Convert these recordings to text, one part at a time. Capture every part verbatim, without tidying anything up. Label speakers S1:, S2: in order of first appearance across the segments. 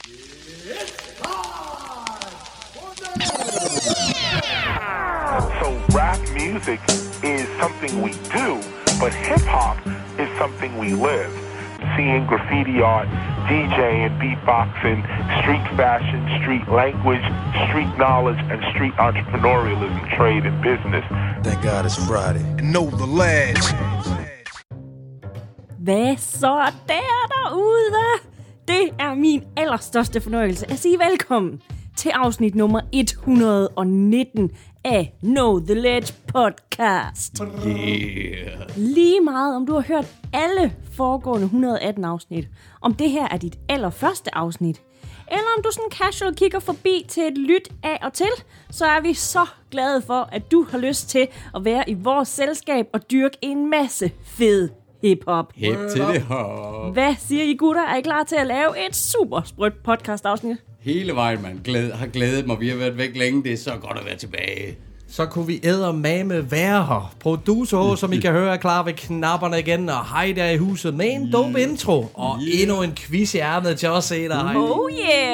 S1: So rap music is something we do, but hip-hop is something we live. Seeing graffiti art, DJing, beatboxing, street fashion, street language, street knowledge, and street entrepreneurialism, trade and business.
S2: Thank God it's Friday. And know the lads.
S3: Hvad så der derude? Det er min allerstørste fornøjelse at sige velkommen til afsnit nummer et hundrede nitten af Know the Ledge podcast.
S4: Yeah.
S3: Lige meget om du har hørt alle foregående et hundrede atten afsnit, om det her er dit allerførste afsnit, eller om du sådan casual kigger forbi til et lyt af og til, så er vi så glade for, at du har lyst til at være i vores selskab og dyrke en masse fed hip-hop.
S4: Hip til det hop.
S3: Hvad siger I gutter? Er I klar til at lave et super sprødt podcast-afsnit?
S4: Hele vejen, man. Glæd, har glædet mig. Vi har været væk længe. Det er så godt at være tilbage.
S5: Så kunne vi eddermame være her. Producer, som I kan høre, er klar ved knapperne igen. Og hej der i huset med en dope intro. Og yeah. endnu en quiz i ærmet til os se dig.
S3: Oh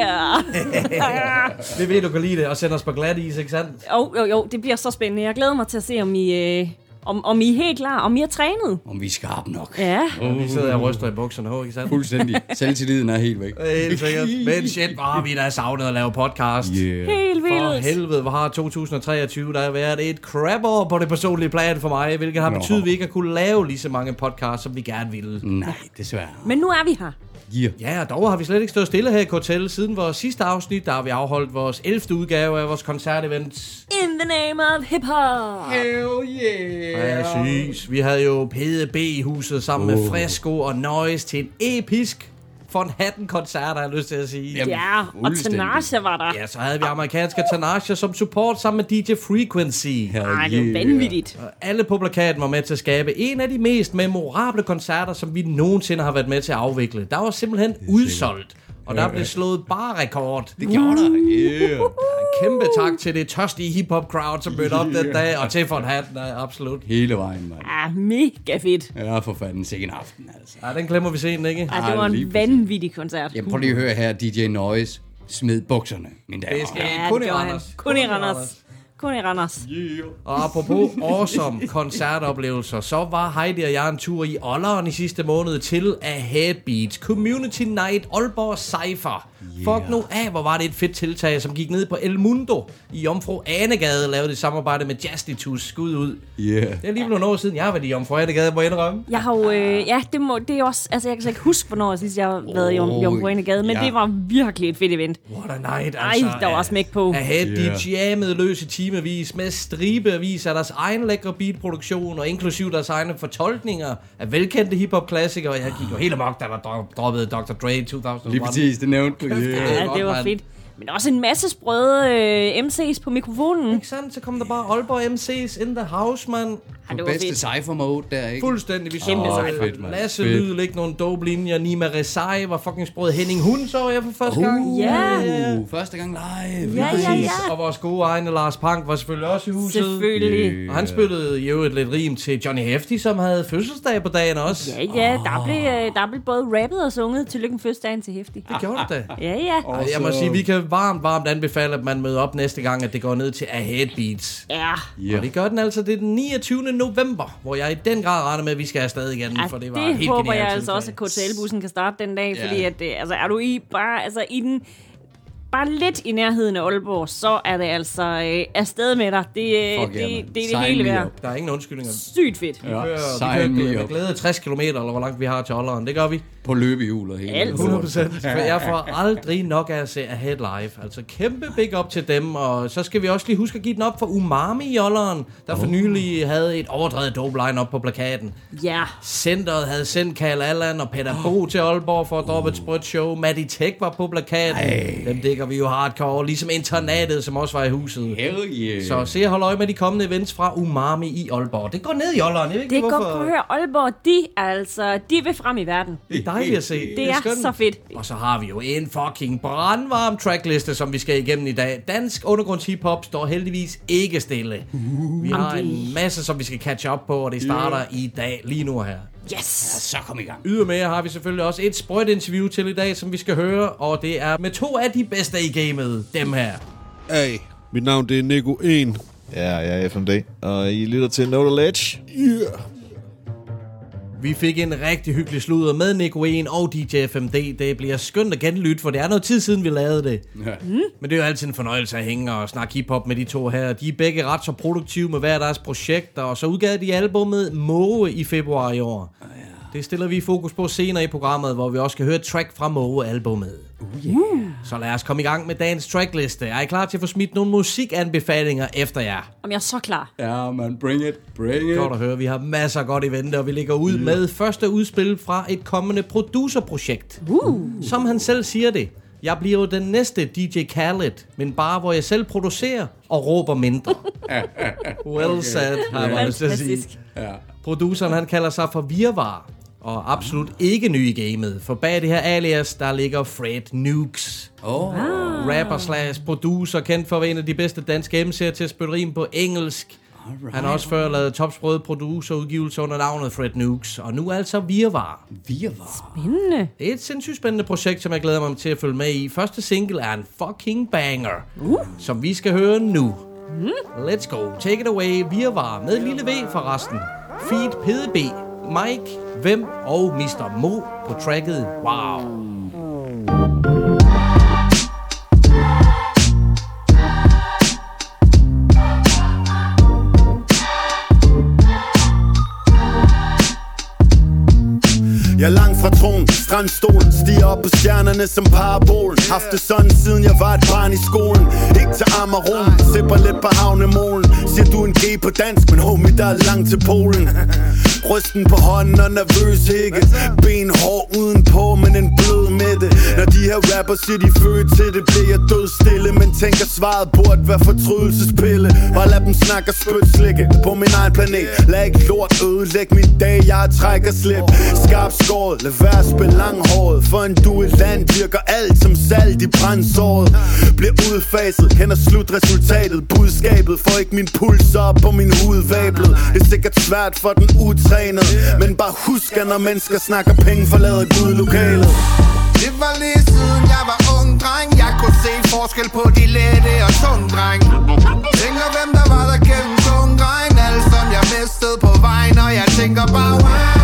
S3: yeah!
S5: Vi ved, du kan lide det og sende os på glat is, ikke sandt?
S3: Jo, jo, jo. Det bliver så spændende. Jeg glæder mig til at se, om I... Øh Om, om I er helt klar, om I er trænet.
S4: Om vi er skarpe nok.
S3: Ja.
S5: Uh. Vi sidder og ryster i bukserne, ikke sandt?
S4: Fuldstændig. Selvtilliden er helt væk.
S5: Helt sikkert. Men shit, hvor har vi da savnet at lave podcast.
S4: Yeah.
S3: Helt vildt.
S5: For helvede, hvor har to tusind treogtyve der har været et crap-år på det personlige plan for mig, hvilket har betydet, at vi ikke har kunne lave lige så mange podcasts, som vi gerne ville.
S4: Nej, desværre.
S3: Men nu er vi her.
S4: Yeah.
S5: Ja, og dog har vi slet ikke stået stille her i Kortel. Siden vores sidste afsnit, der har vi afholdt vores ellevte udgave af vores koncertevent.
S3: In the name of hip-hop.
S4: Hell yeah.
S5: Præcis. Vi havde jo P D B i huset sammen oh. med Fresco og Noise til en episk Von Hatten-koncert, har jeg lyst til at sige.
S3: Jamen, ja, og Tanasha var der.
S5: Ja, så havde vi amerikanske Tanasha som support sammen med D J Frequency.
S3: Ej, det var vanvittigt.
S5: Og alle på plakaten var med til at skabe en af de mest memorable koncerter, som vi nogensinde har været med til at afvikle. Der var simpelthen udsolgt. Og der blev slået bare rekord.
S4: Det gjorde der. Yeah.
S5: Kæmpe tak til det tørstige hip-hop crowd, som mødte op den dag, og til Von Hatten, absolut.
S4: Hele vejen, mand.
S3: Ja, mega fedt.
S4: Ja, for fanden, sikke en aften, altså.
S5: Ja, den glemmer vi sen, ikke?
S3: Ja, det var en vanvittig koncert.
S4: Jamen, prøv lige at høre her, D J Noise smed bukserne, min damer.
S5: Det skal
S3: Ja,
S5: kun
S3: det
S5: i
S3: gjorde han.
S5: Randers.
S3: Kun i Randers. Kun i Randers.
S5: Yeah. Og apropos awesome koncertoplevelser, så var Heidi og jeg en tur i Olleren i sidste måned til Ahead Beats Community Night Aalborg Cypher. Yeah. Fuck nu af, hvor var det et fedt tiltag, som gik ned på El Mundo i Jomfru Anegade, lavede et samarbejde med Jazzlitus. Skud ud.
S4: Yeah.
S5: Det er lige nogle år siden, jeg har været i Jomfru Anegade, må jeg indrømme.
S3: Jeg har jo, øh, ja, det, må, det er også, altså jeg kan ikke huske, hvornår jeg sidst jeg har været i
S4: Oh,
S3: Jomfru Anegade, men
S4: ja.
S3: det var virkelig et fedt event.
S5: What a night,
S3: Ej,
S5: altså.
S3: der var smæk på.
S5: Ahead,
S4: Yeah.
S5: de jammede løs i timevis med stribevis af deres egen lækre beatproduktion, og inklusiv deres egne fortolkninger af velkendte hiphop-klassikere. Jeg gik jo helt amok, da der droppede doktor Dre i to tusind et.
S4: Lige præcis, det nævnte du.
S3: Ja, det var fedt. Men også en masse sprøde øh, M C's på mikrofonen.
S5: Ikke sandt? Så kom der bare Aalborg M C's in the house, man.
S3: Ja, det var
S4: Bedste
S3: fedt.
S4: cypher mode der, ikke?
S5: Fuldstændig. Vi
S3: Kæmpe
S5: så
S3: cypher.
S4: Fedt, mand.
S5: Lasse
S4: Fedt.
S5: Lyd, lægge nogle dope linjer. Nima Resai var fucking sprød. Henning Hund så jeg for første gang.
S4: Uh,
S3: Ja.
S4: uh, første gang live.
S3: Ja, ja, ja.
S5: Og vores gode egne Lars Pank var selvfølgelig også i huset.
S3: Selvfølgelig.
S5: Og han spillede jo et lidt rim til Johnny Hefti, som havde fødselsdag på dagen også.
S3: Ja, ja, der blev, øh, der blev både rappet og sunget. Tillykke med fødselsdagen til Heftig.
S5: Det gjorde det da.
S3: Ja, ja.
S5: Og jeg må sige, vi kan varmt, varmt anbefale, at man møder op næste gang, at det går ned til Ahead Beats.
S3: Ja.
S4: Ja.
S5: Og det gør den altså, det er den niogtyvende november, hvor jeg i den grad regner med, at vi skal afsted igen,
S3: Ja,
S5: for det var
S3: det
S5: et helt
S3: håber
S5: genialt
S3: jeg altså
S5: tiltag.
S3: også, at K T L-bussen kan starte den dag,
S4: Ja.
S3: fordi at, øh, altså, er du i bare, altså, i den, bare lidt i nærheden af Aalborg, så er det altså øh, afsted med dig. Det, øh,
S4: Fuck
S3: det,
S4: yeah,
S3: det,
S4: man.
S3: det er det
S4: Sign
S3: hele
S4: me
S3: værd.
S4: up.
S5: Der er ingen undskyldninger.
S3: Sygt fedt.
S5: Vi kører,
S4: Sign
S5: vi
S4: me
S5: kører
S4: up.
S5: med glæde tres kilometer, eller hvor langt vi har til Olleren. Det gør vi.
S4: På løbehjul og hele.
S3: Alt.
S5: hundrede procent. For jeg får aldrig nok af at se Ahead live. Altså kæmpe big up til dem. Og så skal vi også lige huske at give den op for Umami i Olleren, der for nylig havde et overdrevet dope line-up på plakaten.
S3: Ja.
S5: Centeret havde sendt Karl Allan og Peter Bo til Aalborg for at droppe et sprødt show. Matty Tech var på plakaten.
S4: Ej.
S5: Dem dækker vi jo hardcore. Ligesom internatet, som også var i huset.
S4: Hell yeah.
S5: Så se og hold øje med de kommende events fra Umami i Aalborg. Det går ned i Olleren. Jeg ved ikke,
S3: Det går
S5: hvorfor.
S3: på at høre. Aalborg, de er altså, de vil frem i verden.
S5: Det er dejligt at se.
S3: Det er, er så fedt.
S5: Og så har vi jo en fucking brandvarm trackliste, som vi skal igennem i dag. Dansk undergrunds hiphop står heldigvis ikke stille. Vi har en masse, som vi skal catch up på, og det starter i dag, lige nu her.
S3: Yes!
S4: Ja, så kom i gang.
S5: Ydermere har vi selvfølgelig også et sprøjt interview til i dag, som vi skal høre, og det er med to af de bedste i gamet, dem her.
S6: Hey, mit navn det er Nico en.
S7: Ja, jeg er F M D, og I lytter til Know The Ledge.
S6: Yeah.
S5: Vi fik en rigtig hyggelig sludder med Nico en og D J F M D. Det bliver skønt at genlytte, for det er noget tid siden, vi lavede det. Ja. Mm. Men det er jo altid en fornøjelse at hænge og snakke hiphop med de to her. De er begge ret så produktive med hver deres projekter, og så udgav de albumet Måge i februar i år. Oh, ja. Det stiller vi fokus på senere i programmet, hvor vi også skal høre et track fra Måge-albumet. Uh, yeah. Så lad os komme i gang med dagens trackliste. Er I klar til at få smidt nogle musikanbefalinger efter jer?
S3: Om jeg er så klar.
S4: Ja, man, bring it, bring it.
S5: Godt at høre. Vi har masser godt i vente, og vi ligger ud yeah. med første udspil fra et kommende producerprojekt. Uh. Som han selv siger det. Jeg bliver jo den næste D J Khaled, men bare hvor jeg selv producerer og råber mindre. Well okay. said, har jeg lyst til at sige. Ja. Produceren, han kalder sig for Virvar, og absolut ikke ny i gamet. For bag det her alias, der ligger Fred Nukes. Oh. Wow. Rapper slash producer, kendt for at være en af de bedste danske M C'er til at spytte rim på engelsk. Alright. Han har også før lavet topsprøde producerudgivelser under navnet Fred Nukes, og nu altså Virvar.
S3: Virvar. Spændende.
S5: Det er et sindssygt spændende projekt, som jeg glæder mig til at følge med i. Første single er en fucking banger, uh. som vi skal høre nu. Mm. Let's go. Take it away. Virvar med Lille V forresten. Feed P D B, Mike, Hvem og mister Mo på tracket. Wow.
S8: Jeg er langt fra tronen, strandstolen, stiger op på stjernerne som parabolen. Haft det sådan siden jeg var et barn i skolen. Ikke til Amaron, sipper lidt på havnemålen. Siger du en G på dansk, men homie der er langt til Polen. Rysten på hånden og nervøs hække. Ben hård udenpå, men en blød midte. Når de her rapper siger de født til det, bliver jeg død stille. Men tænker svaret burde være fortrydelsespille. Bare lad dem snakke og spytslikke på min egen planet. Lad ikke lort ødelægge min dag, jeg trækker slip. Skarp skåret, lad være at spille langhåret. For en duellant virker alt som salt i brændsåret. Bliver udfaset, kender slutresultatet. Budskabet får ikke min puls op på min hud vablet. Det er sikkert svært for den utrænet, men bare husk, at når mennesker snakker penge, forlader Gud lokalet.
S9: Det var lige siden jeg var ung dreng. Jeg kunne se forskel på de lette og tunge dreng. Tænker hvem der var der gennem tunge dreng. Alle som jeg mistede på vejen, og jeg tænker bare wow.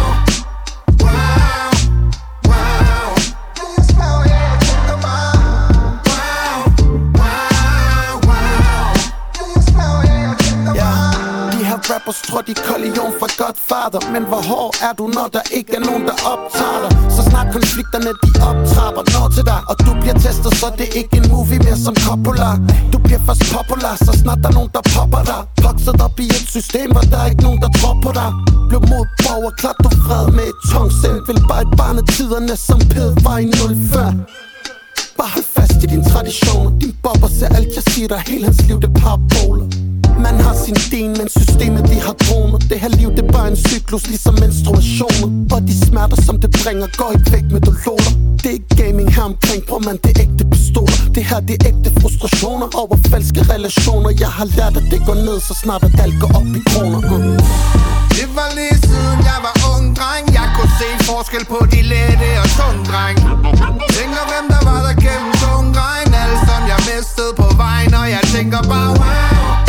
S10: Rappers tror de kollision for Godfather. Men hvor hård er du, når der ikke er nogen, der optager dig? Så snart konflikterne de optrapper når til dig, og du bliver testet, så det er ikke en movie mere som Coppola. Du bliver først popular, så snart der er nogen, der popper dig. Vokset op i et system, hvor der er ikke nogen, der tror på dig. Blev modborger, klart du fred med et tungsind. Vil bare et barn af tiderne, som ped var i nul fem. Bare hold fast i dine traditioner. Din bobber ser alt, jeg siger dig. Hele hans liv, det er paraboler. Man har sin din, men systemet de har droner. Det her liv, det er bare en cyklus, ligesom menstruationer. Og de smerter, som det bringer, går ikke væk med dololer. Det er ikke gaming her omkring, bror man, det er ægte pistoler. Det her, det er ægte frustrationer over falske relationer. Jeg har lært, at det går ned, så snart at alt går op i kroner. mm.
S9: Det var lige siden jeg var ung dreng. Jeg kunne se forskel på de lette og tunge dreng. Tænker hvem der var der gennem tunge dreng. Alle som jeg mistede på vejen, og jeg tænker bare wow.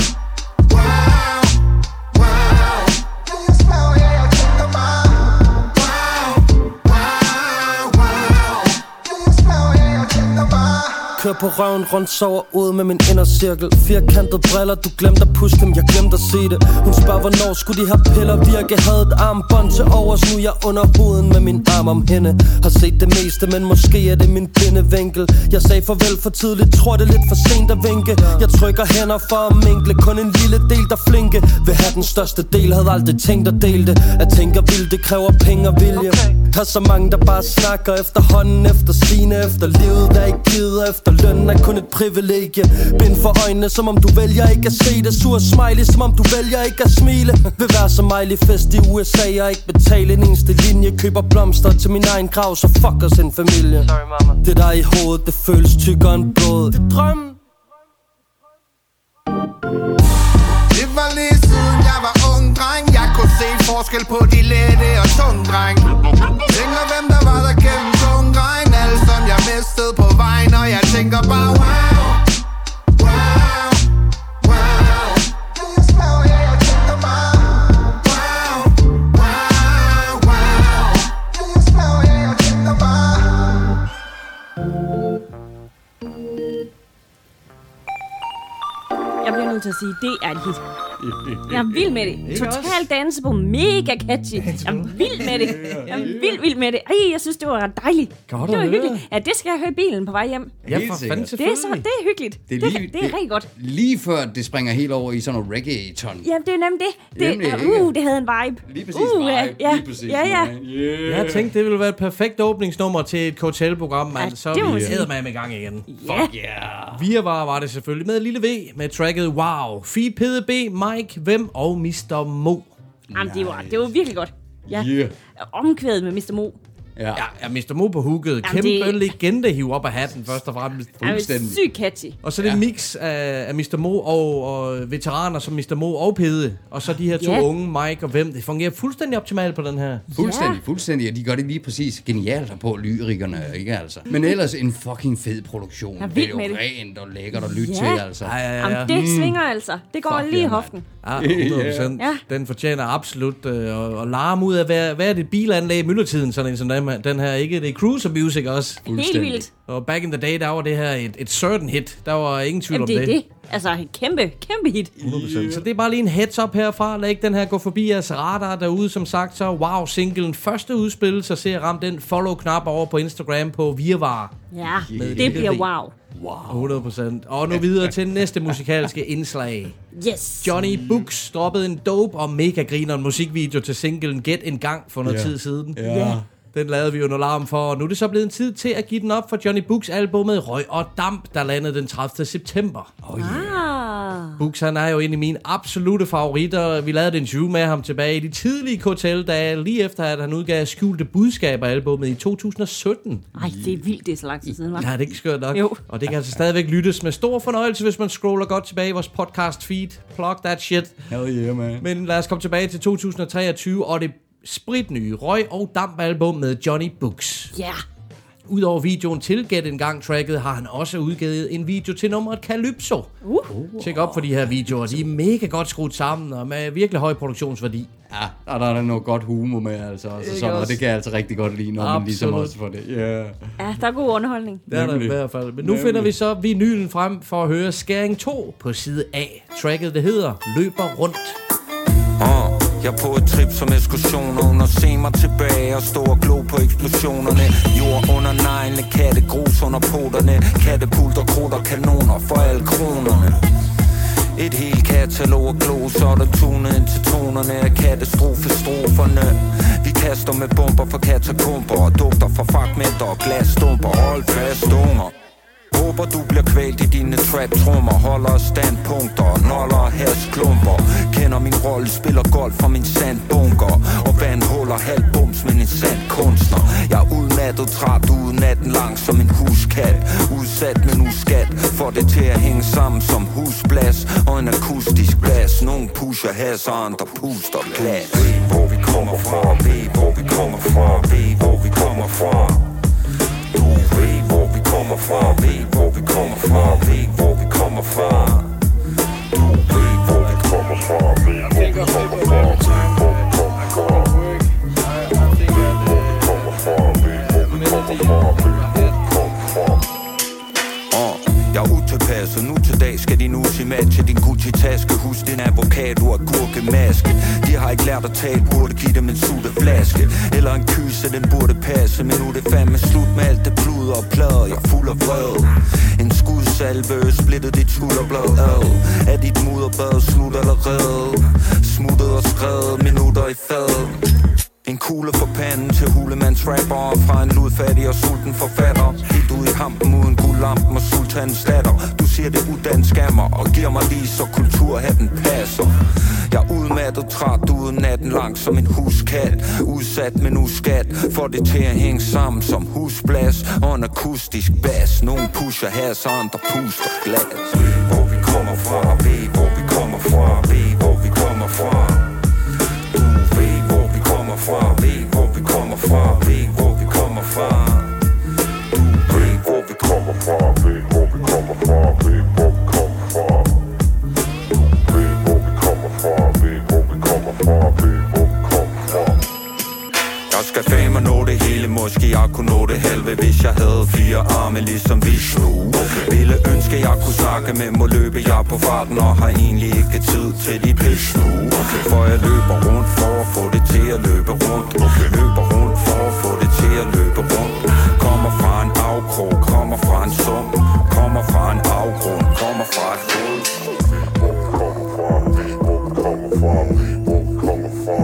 S11: Kør på røven rundt, sover ud med min indercirkel. Firkantede briller, du glemte at pusse dem, jeg glemte at sige det. Hun spørger, hvornår skulle de her piller virke. Havde et armbånd til overs, nu jeg under huden med min arm om hende. Har set det meste, men måske er det min bindevinkel. Jeg sagde farvel for tidligt, tror det er lidt for sent at vinke. Jeg trykker hænder for at minkle, kun en lille del der flinke. Vil have den største del, havde aldrig tænkt at dele det. At tænke vildt, det kræver penge og vilje. Der er så mange, der bare snakker efterhånden, efter sine, efter livet, der ikke gider, efter lønnen er kun et privilegie. Bind for øjnene, som om du vælger ikke at se det. Sur smiley, som om du vælger ikke at smile. Vil være som Miley fest i U S A og ikke betale en eneste linje. Køber blomster til min egen grav, så fuck os en familie. Sorry, mama. Det der i hovedet, det føles tykkere end blod. Det drømmen.
S9: Det var lige siden jeg var ung dreng. Jeg kunne se forskel på de lette og tunge dreng. Tænker hvem der var der gennem tunge dreng. Alle som jeg mistede på vejen. Og jeg tænker bare wow, wow, wow. Jeg spørger, ja, jeg tænker bare wow, wow, wow. Jeg spørger, ja, jeg tænker bare.
S3: Jeg bliver nødt til at sige, at det er et hit. Jeg er vild med det. Total danse på, mega catchy. Jeg er vild med det. Jeg er vild, vild med det. Ej, jeg synes, det var dejligt.
S5: Godt
S3: det var
S5: at
S3: hyggeligt.
S5: høre.
S3: Ja, det skal jeg høre i bilen på vej hjem.
S5: Ja, for fanden
S3: Det er,
S5: selvfølgelig.
S3: så, det er hyggeligt. Det er, det, det er rigtig godt.
S4: Lige før det springer helt over i sådan noget reggaeton.
S3: Ja, det er nemlig det. det
S4: Nemlig,
S3: uh, det havde en vibe.
S4: Lige præcis
S3: uh,
S4: vibe.
S3: Ja, ja,
S4: Lige præcis
S3: ja, ja.
S4: Yeah.
S5: Jeg tænkte, det ville være et perfekt åbningsnummer til et hotelprogram,
S3: Ja,
S5: altså, så
S3: det må man
S5: vi
S3: sige.
S5: æder med i gang igen.
S3: Ja.
S4: Fuck yeah.
S5: Virvar var det selvfølgelig med lille V med tracket Wow. Feed P D B, Mike, Hvem og mister Mo.
S3: Jamen, det var, det var virkelig godt. Ja.
S4: Yeah.
S3: Omkvædet med mister Mo.
S4: Ja.
S5: Ja, ja mister Mo på hooket. Kæmpe
S3: det-
S5: legende hive op af hatten, først og fremmest.
S3: Det er sygt catchy.
S5: Og så er det
S4: Ja.
S5: en mix af, af mister Mo og, og veteraner som mister Mo og Pede. Og så de her to
S3: Ja.
S5: unge, Mike og Hvem. Det fungerer fuldstændig optimalt på den her.
S4: Fuldstændig, fuldstændig. Og de gør det lige præcis genialt her på lyrikerne, ikke altså? Men ellers en fucking fed produktion.
S3: Jeg er
S4: Det
S3: vild
S4: er jo
S3: med det.
S4: rent og lækkert at lytte
S3: Ja.
S4: til, altså.
S5: Ja, ja, ja.
S3: Jamen, det svinger altså. Det går
S4: Fuck
S3: lige i
S4: yeah,
S3: hoften.
S5: Ja, hundrede procent.
S3: Ja.
S5: Den fortjener absolut øh, at, at larme ud af, hvad, hvad er det bilanlæg i myldretiden, sådan en som den her, den her, ikke? Det er cruiser music også.
S3: Helt vildt.
S5: Og back in the day, der var det her et, et certain hit. Der var ingen tvivl
S3: Jamen,
S5: om
S3: det
S5: det.
S3: er det. Altså, en kæmpe, kæmpe hit.
S5: hundrede procent. Så det er bare lige en heads up herfra. Lad ikke den her gå forbi jeres radar derude. Som sagt, så wow, singlen første udspil, så ser jeg ramt den follow-knap over på Instagram på Virvar.
S3: Ja,
S5: Med
S3: det bliver
S5: lille V.
S3: wow.
S5: hundrede procent. Og nu videre til næste musikalske indslag.
S3: Yes.
S5: Johnny Books droppede en dope og mega griner musikvideo til singlen Get en gang for noget
S4: Ja.
S5: tid siden.
S4: Ja.
S5: Den lavede vi jo en alarm for, og nu er det så blevet en tid til at give den op for Johnny Books albumet Røg og Damp, der landede den tredivte september.
S4: Oh, yeah.
S3: Ah.
S5: Books, han er jo en af mine absolute favoritter. Vi lavede et interview med ham tilbage i de tidlige K T L-dage, lige efter at han udgav Skjulte Budskaber albumet i to tusind og sytten.
S3: Ej, det er vildt, det er så lang tid siden, hva'?
S5: Ja, det er ikke skørt nok.
S3: Jo.
S5: Og det kan altså stadigvæk lyttes med stor fornøjelse, hvis man scroller godt tilbage i vores podcast feed. Plug that shit.
S4: Hell yeah, man.
S5: Men lad os komme tilbage til to tusind og treogtyve og det spritnye Røg og Damp album med Johnny Books.
S3: Ja.
S5: Udover videoen til Get en gang tracket, har han også udgivet en video til nummeret Calypso.
S3: Uh.
S5: Tjek op for de her videoer. De er mega godt skruet sammen og med virkelig høj produktionsværdi.
S4: Ja, og der er der noget godt humor med, altså. Og, så
S5: Ikke
S4: sådan, og
S5: også?
S4: det kan jeg altså rigtig godt lide, når man ligesom
S5: Absolut.
S4: også får det. Yeah.
S3: Ja, der er god underholdning.
S5: Det er der i
S4: Nemlig.
S5: hvert fald. Men nu
S4: Nemlig.
S5: finder vi så vinylen frem for at høre Skæring to på side A. Tracket, det hedder Løber rundt.
S12: Uh, jeg er på et trip som ekskursioner under. Se mig tilbage og stå og glo på eksplosionerne. Jord under neglene, katte, grus under poterne. Katapulter, krutter, kanoner for alle kronerne. Et helt katalog af gloser, der tunet ind til tonerne af katastrofestroferne. Vi kaster med bomber for katakomber og dufter for fragmenter og glasstumper. Hold fast, unger. Håber du bliver kvalt i dine trap-trummer. Holder standpunkter, noller og hasklumper. Kender min rolle, spiller golf fra min sandbunker. Og vandhuller halv bums, men en sand kunstner. Jeg er udmattet, træt ude natten lang som en huskat. Udsat med nu skat, får det til at hænge sammen som husblas. Og en akustisk blas. Nogle pusher has, og andre puster glas. Ved hvor vi kommer fra, ved hvor vi kommer fra, ved hvor vi kommer fra. Du ved hvor vi kommer fra, ved hvor vi kommer fra, ved hvor vi kommer fra. Du ved hvor vi kommer fra, ved hvor vi kommer fra, ved hvor vi kommer fra. Ved hvor vi kommer fra, ved hvor vi kommer fra, ved hvor vi kommer fra. Uh, jeg er utilpasset, nu til dag skal din usi matche din Gucci-taske. Husk din avocado og gurkemaske. De har ikke lært at tale, burde give dem en sutteflaske. Eller en kysse, den burde passe. Men nu er det fandme slut med alt det blod og plader. Jeg er fuld af vrede. En skudsalve, splittet dit skulderblad ad. Er dit mudderbad slut allerede? Smuttet og skrevet, minutter i fadet. En kugle for panden til hulemands rapper. Fra en ludfattig og sulten forfatter. Helt ud i hampen uden guldlampen og sult sultanens datter. Du siger det udansk af mig, og giver mig lige så kulturhatten passer. Jeg er udmattet, træt ude natten lang som en huskat. Udsat med nu skat, får det til at hænge sammen som husblas og en akustisk bas. Nogle pusher has, andre puster glas. Hvor vi kommer fra, ved hvor vi kommer fra, ved hvor vi kommer fra. Du ved hvor vi kommer fra, ved hvor vi kommer fra, ved hvor vi kommer fra. Du ved hvor vi kommer fra, ved hvor vi kommer fra, ved hvor vi kommer fra. Du ved hvor vi kommer fra, ved hvor vi kommer fra, ved hvor vi kommer fra. Jeg skal fame nå det hele, måske jeg kunne nå det halve, hvis jeg havde fire arme ligesom Vishnu. Okay. Ville ønske jeg kunne snakke, men må løbe jeg på farten og har egentlig ikke tid til de pis nu. Okay. For jeg løber rundt for at få det til at løbe rundt. Okay. Løber rundt for at få det til at løbe rundt. Kommer fra en afkrog, kommer fra en sum, kommer fra en afgrund, kommer fra et hul. Hvor vi kommer fra, hvor vi kommer fra, hvor vi kommer fra.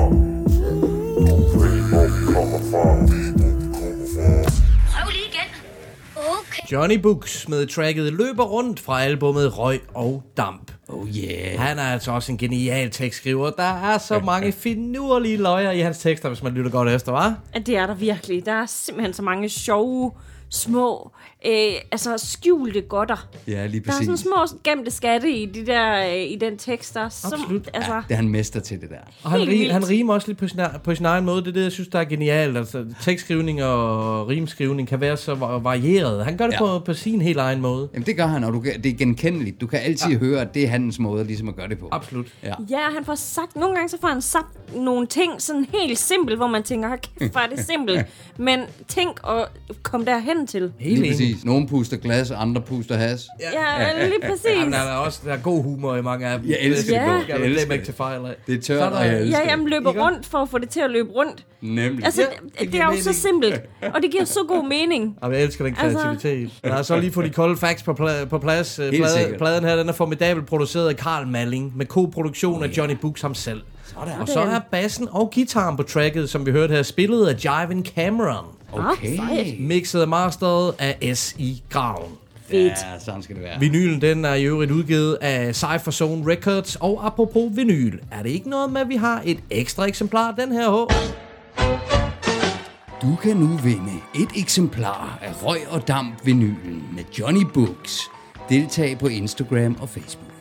S13: Prøv lige igen. Okay.
S5: Johnny Books med tracket Løber rundt fra albumet Røg og Damp.
S4: Oh yeah.
S5: Han er altså også en genial tekstskriver. Der er så mange finurlige løjer i hans tekster, hvis man lytter godt efter, hva'?
S3: Det er der virkelig. Der er simpelthen så mange sjove, små, øh, altså skjulte godter.
S4: Ja, lige
S3: Der er
S4: præcis.
S3: sådan små gemte skatte i, de der, øh, i den tekst, der som,
S5: Absolut.
S3: altså,
S4: Ja, det er han mester til, det der.
S5: Og han,
S3: Helt
S5: rim,
S3: vildt.
S5: han rimer også lidt på sin, på sin egen måde. Det er det, jeg synes, der er genialt. Altså, tekstskrivning og rimskrivning kan være så varieret. Han gør det
S4: Ja.
S5: på, på sin helt egen måde.
S4: Jamen det gør han, og du kan, det er genkendeligt. Du kan altid ja. høre, at det er hans måde ligesom at gøre det på.
S5: Absolut.
S4: Ja.
S3: ja, han får sagt, nogle gange så får han sagt nogle ting sådan helt simpelt, hvor man tænker, hold kæft, hvor er det simpelt. Men tænk at komme derhen til.
S5: Helt
S4: Lige præcis. Nogle puster glas, andre puster has.
S3: Ja, ja lige præcis.
S5: Jamen, der er også der er god humor i mange af dem.
S4: Jeg elsker
S3: Ja.
S4: det.
S5: Jeg
S4: Jeg
S5: vil
S4: elsker
S5: ikke til fejl af.
S4: Det er
S5: Så er
S4: tørt,
S5: der-
S4: og jeg elsker
S3: Ja, jamen
S4: det.
S3: løber
S5: Ikke?
S3: rundt for at få det til at løbe rundt.
S4: Nemlig.
S3: Altså,
S5: Ja,
S3: det,
S5: det
S3: det
S5: giver
S3: er jo så
S5: mening.
S3: simpelt, og det giver så god mening.
S5: Jamen, jeg elsker den
S3: Altså-
S5: kreativitet. Jeg har så lige fået de kolde facts på, pla- på plads. Helt Plade,
S4: sikkert.
S5: pladen her, den er formidabelt produceret af Carl Malling, med koproduktion oh, af Johnny Books ham selv.
S4: Sådan.
S5: Og så er bassen og guitaren på tracket, som vi hørte her, spillet af Jivin Cameron.
S4: Okay.
S5: Mixet og masteret af S I Graven.
S3: Fedt.
S4: Ja, sådan skal det være.
S5: Vinylen, den er i øvrigt udgivet af Cypher Zone Records. Og apropos vinyl, er det ikke noget med, at vi har et ekstra eksemplar af den her H?
S4: Du kan nu vinde et eksemplar af Røg og Damp vinylen med Johnny Books. Deltag på Instagram og Facebook.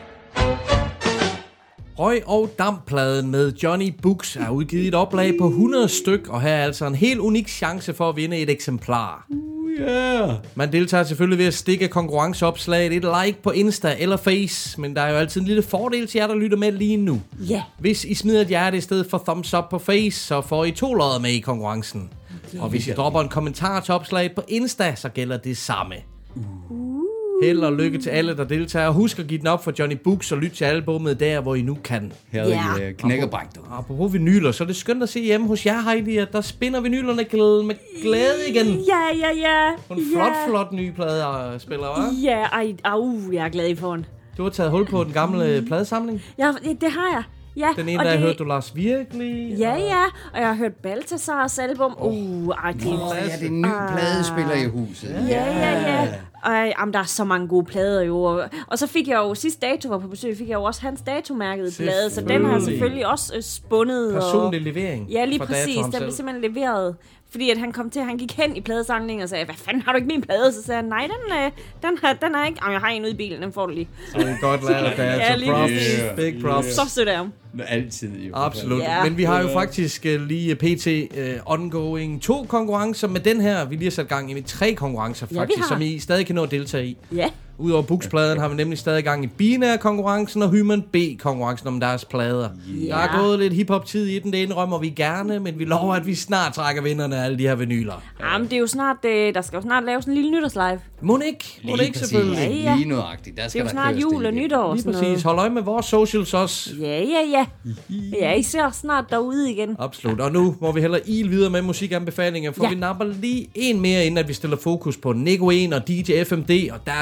S5: Røg og Damppladen med Johnny Books er udgivet i et oplag på hundrede styk, og her er altså en helt unik chance for at vinde et eksemplar.
S4: Yeah.
S5: Man deltager selvfølgelig ved at stikke konkurrenceopslaget, et like på Insta eller Face, men der er jo altid en lille fordel til jer, der lytter med lige nu.
S3: Ja.
S5: Hvis I smider et hjerte i stedet for thumbs up på Face, så får I to lodder med i konkurrencen. Okay. Og hvis I dropper en kommentar til opslaget på Insta, så gælder det samme. Held og lykke til alle, der deltager. Husk at give den op for Johnny Books og lyt til albumet der, hvor I nu kan.
S4: Her
S3: Ja.
S4: er yeah. knækkerbræk, du.
S5: Apropos vinyler, så er det skønt at se hjemme hos jer, Heidi, at der spinner vinylerne glæde med glæde igen.
S3: Ja, ja, ja.
S5: En flot, flot ny plade spiller, hva'?
S3: Ja, ej, au, jeg er glad i for den.
S5: Du har taget hul på den gamle pladesamling.
S3: Ja, det, det har jeg. Ja,
S5: Den ene,
S3: og
S5: der
S3: det,
S5: har hørt du Lars Virkelig.
S3: Ja, ja, og jeg har hørt Balthasars album. Uh, ej, det
S4: Åh, ja, det er en ny pladespiller i huset.
S3: Ja, ja, ja. Og jamen, der er så mange gode plader jo. Og, og så fik jeg jo, sidste dato var på besøg, fik jeg jo også hans datomærkede plade, så den har jeg selvfølgelig også øh, spundet.
S5: Personlig
S3: og,
S5: levering.
S3: Ja, lige
S5: fra
S3: præcis.
S5: Dato ham
S3: Den blev
S5: selv.
S3: simpelthen leveret. Fordi at han kom til, han gik hen i pladesamlingen og sagde, hvad fanden, har du ikke min plade? Så sagde jeg, nej, den, øh, den, her, den er ikke. Jamen, jeg har en ude i bilen, den får du lige.
S5: Så det er godt lavet, der
S3: Ja,
S5: er
S3: lige
S5: props.
S3: præcis.
S5: Big props.
S3: Så sødt af ham.
S4: Altid jo.
S5: Absolut.
S3: Ja.
S5: Men vi har jo faktisk uh, lige pt. Uh, ongoing to konkurrencer med den her. Vi lige har sat gang i tre konkurrencer
S3: Ja, vi
S5: faktisk,
S3: har.
S5: som I stadig kan nå at deltage i.
S3: Ja.
S5: Udover Bookspladen har vi nemlig stadig gang i Binær-konkurrencen og Human B-konkurrencen om deres plader.
S3: Yeah.
S5: Der er gået lidt hiphop-tid i den, det indrømmer vi gerne, men vi lover, at vi snart trækker vinderne af alle de her vinyler.
S3: Jamen, det er jo snart, øh, der skal jo snart laves en lille nytårslive.
S5: Må ikke? Må
S4: Lige
S5: ikke
S4: præcis.
S5: selvfølgelig?
S3: Ja, ja.
S4: Lige nøjagtigt. Der
S3: Det
S4: skal
S3: er jo
S4: der
S3: snart
S4: køres
S3: jul
S4: det
S3: og
S4: igen.
S3: nytår og
S5: Lige
S3: sådan
S5: præcis.
S3: noget.
S5: Hold øje med vores socials også.
S3: Ja, ja, ja. Ja, I ser snart derude igen.
S5: Absolut. Og nu må vi hellere ile videre med musikanbefalinger, for
S3: Ja.
S5: vi napper lige en mere, inden at vi stiller fokus på Nico en og D J F M D og deres interview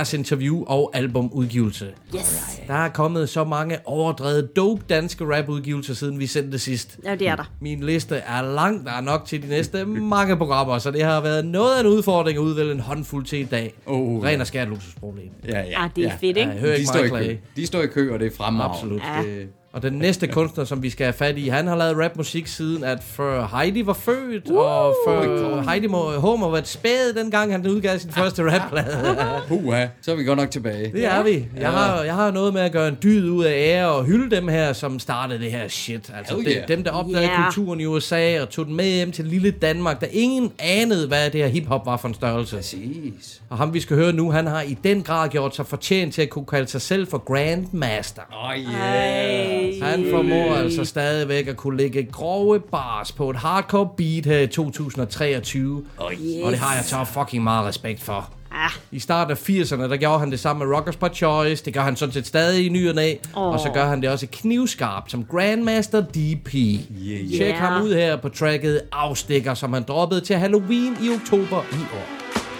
S5: debut og albumudgivelse.
S3: Yes.
S5: Der er kommet så mange overdrevet dope danske rapudgivelser, siden vi sendte det sidst.
S3: Ja, det er der.
S5: Min liste er lang, der er nok til de næste mange programmer, så det har været noget af en udfordring at udvælge en håndfuld til i dag.
S4: Oh,
S5: Ren og skært luksusproblem.
S4: Ja, ja.
S3: Ah, det er
S4: ja.
S3: fedt, ikke?
S5: Ja, jeg hører
S4: De
S5: ikke
S4: står, i
S5: meget
S4: kø.
S5: klage.
S4: De står i kø, og det er fremragende.
S5: Absolut.
S3: Ja.
S4: Det,
S5: Og den næste kunstner, som vi skal have fat i, han har lavet rapmusik siden, at før Heidi var født, uh, og før Heidi må, Homer var et spæd, dengang han udgav sin første rapplade.
S4: Puha, så er vi godt nok tilbage.
S5: Det er vi. Jeg har, jeg har noget med at gøre en dyd ud af ære og hylde dem her, som startede det her shit. Altså
S4: Hell
S5: de,
S4: yeah.
S5: dem, der opdagede
S3: Yeah.
S5: kulturen i U S A og tog den med hjem til lille Danmark, der ingen anede, hvad det her hiphop var for en størrelse.
S4: Præcis.
S5: Og ham, vi skal høre nu, han har i den grad gjort sig fortjent til at kunne kalde sig selv for Grandmaster.
S4: Åh, oh, yeah.
S5: Han formår altså stadigvæk at kunne lægge grove bars på et hardcore beat her i to tusind treogtyve.
S4: Oh,
S3: yes.
S5: Og det har jeg så fucking meget respekt for.
S3: Ah.
S5: I starten af firserne, der gjorde han det samme med Rockers by Choice. Det gør han sådan set stadig i ny og næ.
S3: Oh.
S5: Og så gør han det også knivskarpt som Grandmaster D P.
S4: Yeah, yeah.
S5: Tjek ham ud her på tracket Afstikker, som han droppede til Halloween i oktober i år.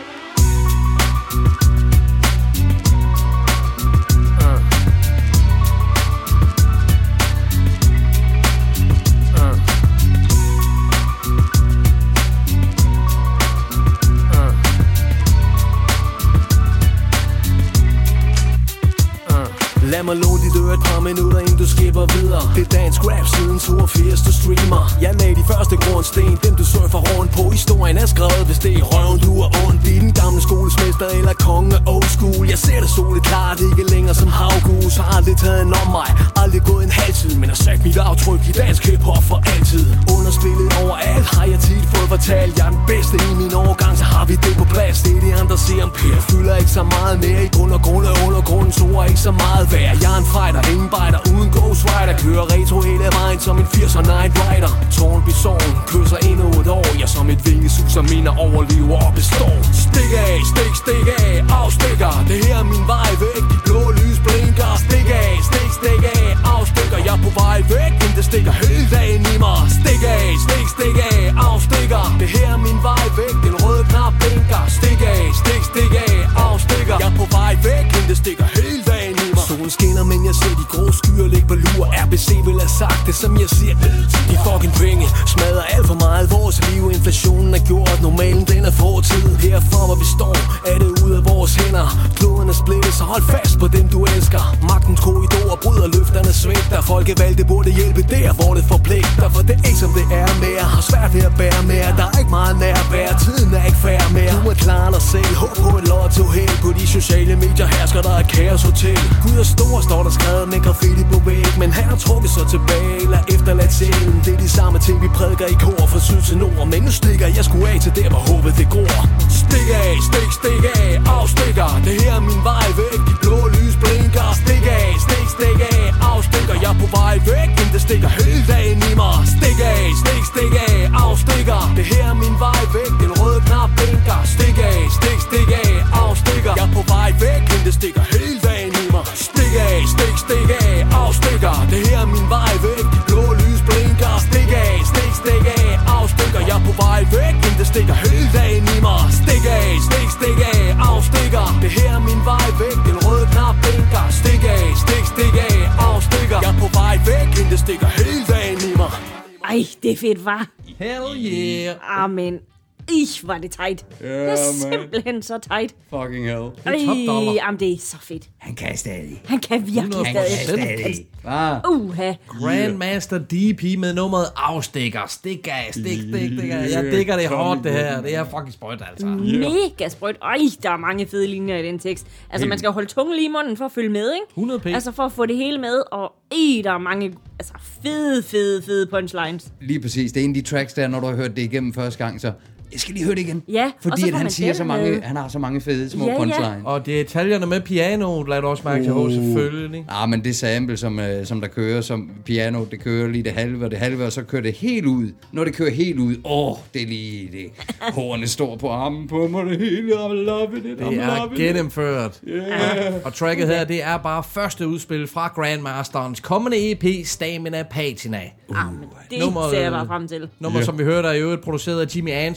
S11: Lad mig låne dit øre et par minutter, inden du skipper videre. Det er dansk rap siden toogfirs, du streamer. Jeg lagde de første grundsten, dem du surfer rundt på. Historien er skrevet, hvis det er i røven, du er ondt. I den gamle skolesmester eller konge old school. Jeg ser det solet klart, ikke længere som havgus. Har aldrig taget en om mig, aldrig gået en halv tid. Men har sat mit aftryk i dansk hiphop for altid. Underspillet overalt har jeg tit fået fortalt. Jeg er den bedste i min årgang, så har vi det på plads. Det er de andre siger om Per fylder ikke så meget mere. I grund og grund af undergrundens ord er ikke så meget værd. Jeg er en fighter, ingen bejder, uden ghostwriter. Kører retro hele vejen som en firser Night Rider. Tårnby Sogn, kysser endnu et år. Jeg som et vingesus, som mine overlever og består. Stik af, stik, stik af, afstikker. Det her er min vej væk, de blå lys blinker. Stik af, stik, stik af, afstikker. Jeg er på vej væk, men det stikker hele dagen i mig. Stik af, stik, stik af, afstikker. Det her er min vej væk, den røde knap blinker. Stik af, stik, stik af, afstikker. Jeg er på vej væk, men det stikker hele dagen i mig. Solen skinner, men jeg ser de grå skyer ligge på lur. R B C vil have sagt det, som jeg siger. De fucking penge smadrer alt for meget vores liv. Inflationen er gjort, normalen den er fortid. Herfra hvor vi står, er det ud af vores hænder. Kloden er splittet, så hold fast på dem du elsker. Magtens korridorer bryder, løfterne svigter. Folkevalgte burde hjælpe der, hvor det forpligter. For det er ikke som det er mere, har svært ved at bære mere. Der er ikke meget nærvær, tiden er ikke fair mere. Du må klare dig selv, håb på et lotto held. På de sociale medier hersker der et kaoshotel. Gud er stor, står der skrevet med graffiti på væg. Men her er trukket så tilbage, eller efterladt sjælen. Det er de samme ting, vi prædiker i kor fra syd til nord. Men nu stikker jeg sgu af til der, hvor håbet det går. Stik af, stik, stik af, afstikker. Det her er min vej væk, de blå lys blinker. Stik af, stik, stik af, afstikker. Jeg er på vej væk, men det stikker hele dagen i mig. Stik af, stik, stik af, afstikker. Det her er min vej væk, den røde knap blinker. Stik af, stik, stik af, afstikker. Jeg er på vej væk, men det stikker hele dagen i mig. Stik af, stik, stik af, afstikker. Det her er min vej væk, de blå lys blinker. Stik af, stik, stik af, afstikker. Jeg er på vej væk, men det stikker hele dagen i mig. Stik af, stik, stik af, afstikker. Det her er min vej væk, den røde knap blinker. Stik af, stik, stik af, afstikker. Jeg er på vej væk, men det stikker hele dagen i mig.
S3: Ej, det er fedt, var.
S5: Hell yeah.
S3: Amen. Ih, var det tight.
S4: Ja,
S3: det er
S4: man.
S3: simpelthen så tight.
S4: Fucking hell.
S3: Ej, jamen det er så fedt.
S4: Han kan stadig.
S3: Han kan virkelig
S5: Han
S3: stadig.
S5: kan
S4: stadig. Ah.
S3: Uha.
S5: Grandmaster D P med nummeret Afstikker. Stik af, stik, stik, stik af. Jeg digger det hårdt, det her. Det er fucking sprøjt, altså.
S3: Mega sprøjt. Ej, der er mange fede linjer i den tekst. Altså, man skal holde tungen lige i munden for at følge med, ikke?
S5: hundrede p.
S3: Altså, for at få det hele med. Og ej, der er mange altså, fede, fede, fede punchlines.
S4: Lige præcis. Det er en af de tracks der, når du har hørt det igennem første gang, så jeg skal lige høre det igen.
S3: Ja,
S4: fordi at han siger så mange, han har så mange fede små
S3: ja,
S4: punchlines.
S3: Ja.
S5: Og det er detaljerne med pianoet, lader du også mærke til
S4: uh.
S5: hos, selvfølgelig.
S4: Ah, men det sample, som, uh, som der kører, som piano, det kører lige det halve og det halve, og så kører det helt ud. Når det kører helt ud, åh, oh, det er lige det. Hårene står på armen på mig, det hele, I'm loving it, I'm
S5: Det er
S4: loving
S5: gennemført.
S4: Yeah.
S5: Og tracket her, det er bare første udspil fra Grandmasterens kommende E P, Stamina Patina.
S3: Uh. Ah, men det
S5: Nummeret,
S3: ser jeg bare frem til.
S5: Nummer, yeah. som vi hørte, er i øvrigt produceret af Jimmy Anthony.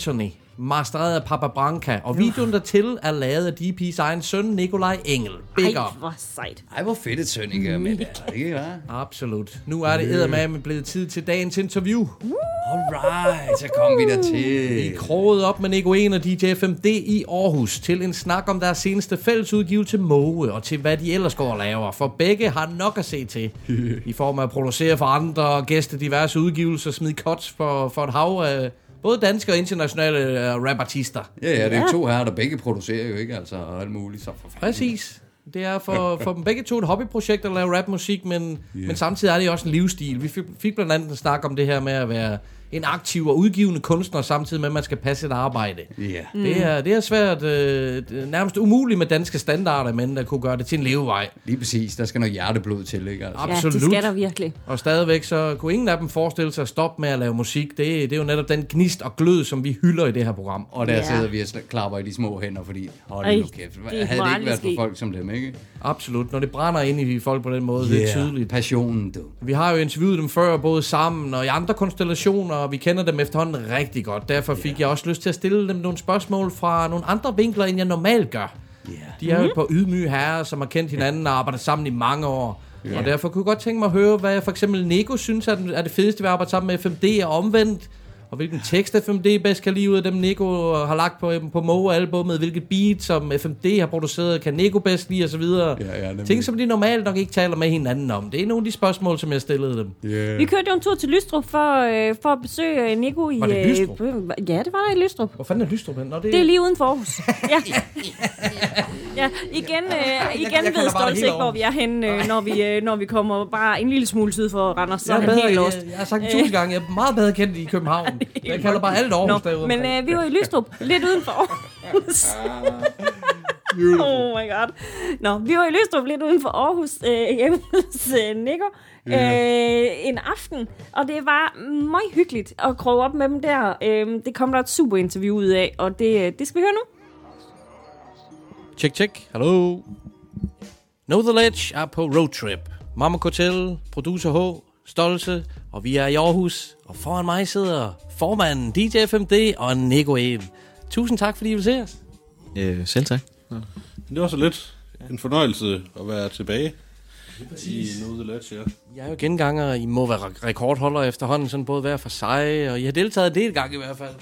S5: mastereret af Papa Branca, og videoen dertil er lavet af D P's egen søn, Nikolaj Engel. Big
S3: Ej,
S5: up.
S3: hvor sejt.
S4: Ej, hvor fedt et søn, ikke? Men det er ikke, hva'?
S5: Absolut. Nu er det eddermame blevet tid til dagens interview.
S4: Alright, så kom vi der til.
S5: Vi kroget op med Nico en og D J F M D i Aarhus til en snak om deres seneste fællesudgivelse Måge, og til hvad de ellers går og laver, for begge har nok at se til. I form af at producere for andre og gæste diverse udgivelser, smide cuts for, for et hav af både danske og internationale uh, rapartister.
S4: Ja, ja, det er to herrer, der begge producerer jo ikke, altså, og alt muligt. Så for
S5: Præcis. Det er for, for dem begge to et hobbyprojekt at lave rapmusik, men, yeah. men samtidig er det også en livsstil. Vi fik, fik blandt andet en snak om det her med at være en aktiv og udgivende kunstner, samtidig med, at man skal passe et arbejde.
S4: Yeah.
S5: Mm. Det, er, det er svært, øh, nærmest umuligt med danske standarder, men der kunne gøre det til en levevej.
S4: Lige præcis, der skal noget hjerteblod til, ikke? Altså.
S5: Absolut.
S3: Ja, det skal der virkelig.
S5: Og stadigvæk så kunne ingen af dem forestille sig at stoppe med at lave musik. Det, det er jo netop den gnist og glød, som vi hylder i det her program.
S4: Og der
S3: Ja.
S4: sidder vi og klapper i de små hænder, fordi hold
S3: Ej,
S4: nu kæft.
S3: det
S4: Havde
S3: må
S4: det ikke
S3: aldrig
S4: været for
S3: ske.
S4: folk som dem, ikke?
S5: Absolut. Når det brænder ind i folk på den måde, yeah. det er tydeligt.
S4: Passionen, du.
S5: Vi har jo interviewet dem før, både sammen og i andre konstellationer, og vi kender dem efterhånden rigtig godt. Derfor fik yeah. jeg også lyst til at stille dem nogle spørgsmål fra nogle andre vinkler, end jeg normalt gør. Yeah. De er jo et par ydmyge herrer, som har kendt hinanden og arbejdet sammen i mange år. Yeah. Og derfor kunne jeg godt tænke mig at høre, hvad for eksempel Nico synes er det fedeste ved at arbejde sammen med F M D og omvendt. Og hvilken tekst F M D bedst kan lide ud af dem, Nico har lagt på, på Måge-albummet. Hvilket beat, som F M D har produceret, kan Nico bedst lide, og så videre.
S4: Ja, ja,
S5: ting, som de normalt nok ikke taler med hinanden om. Det er nogle af de spørgsmål, som jeg stillede dem.
S4: Yeah.
S3: Vi kørte jo en tur til Lystrup for, øh, for at besøge Nico i...
S5: Var det Lystrup?
S3: Øh, ja, det var der i Lystrup.
S5: Hvor fanden er Lystrup hen? Nå, det...
S3: Det er lige uden for Aarhus. Ja. Ja, igen, øh, igen
S5: jeg
S3: ved
S5: kalder bare det
S3: Stolz
S5: hele
S3: ikke, hvor vi er henne, øh, når, vi, øh, når vi kommer bare en lille smule syd for Randers. Så er
S5: Jeg,
S3: han
S5: bedre,
S3: helt
S5: jeg,
S3: lost.
S5: jeg har sagt det tusind gange, jeg er meget bedre kendt i København. Jeg kalder bare alt Aarhus derude.
S3: Men øh, vi var i Lystrup, lidt uden for Aarhus. Oh my god. Nå, vi var i Lystrup, lidt uden for Aarhus, øh, hjemme hos øh, Nico. Øh, en aften, og det var meget hyggeligt at kroge op med dem der. Øh, det kom der et super interview ud af, og det, det skal vi høre nu.
S5: Check, check. Hallo. Know The Ledge er på roadtrip. Mama Hotel, producer H, Stolze, og vi er i Aarhus. Og foran mig sidder formanden D J F M D og Nico en. Tusind tak, fordi I vil se os.
S7: Øh, selv tak.
S6: Ja. Det var så lidt en fornøjelse at være tilbage i Know The Ledge, ja.
S5: Jeg er jo genganger, I må være rekordholder efterhånden, sådan både hver for sig, og I har deltaget det et gang i hvert fald.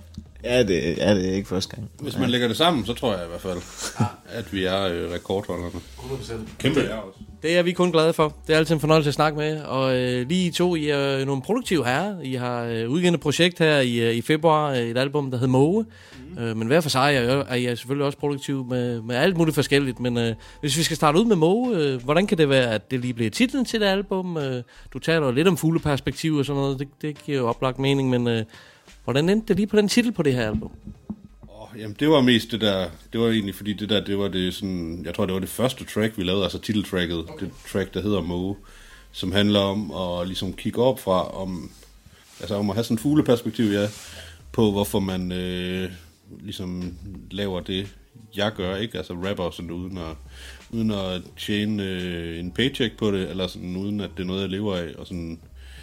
S7: Ja, det er det ikke første gang.
S6: Hvis man lægger det sammen, så tror jeg i hvert fald, at vi er øh, rekordholderne.
S5: hundrede procent.
S6: Kæmpe jeg også.
S5: Det er vi kun glade for. Det er altid en fornøjelse at snakke med. Og øh, lige I to, I er nogle produktive herrer. I har øh, udgivet et projekt her i, øh, i februar, øh, et album, der hedder Måge. Mm. Øh, men hver for sig er, er I selvfølgelig også produktive med, med alt muligt forskelligt. Men øh, hvis vi skal starte ud med Måge, øh, hvordan kan det være, at det lige bliver titlen til det album? Øh, du taler jo lidt om fugleperspektiv og sådan noget. Det, det giver jo oplagt mening, men øh, hvordan endte det lige på den titel på det her album?
S6: Jamen, det var mest det der, det var egentlig fordi det der, det var det sådan, jeg tror det var det første track, vi lavede, altså titeltracket, okay. Det track, der hedder Måge, som handler om at ligesom kigge op fra, om, altså om at have sådan et fugleperspektiv, ja, på hvorfor man øh, ligesom laver det, jeg gør, ikke, altså rapper sådan uden at, uden at tjene øh, en paycheck på det, eller sådan uden at det er noget, jeg lever af, og sådan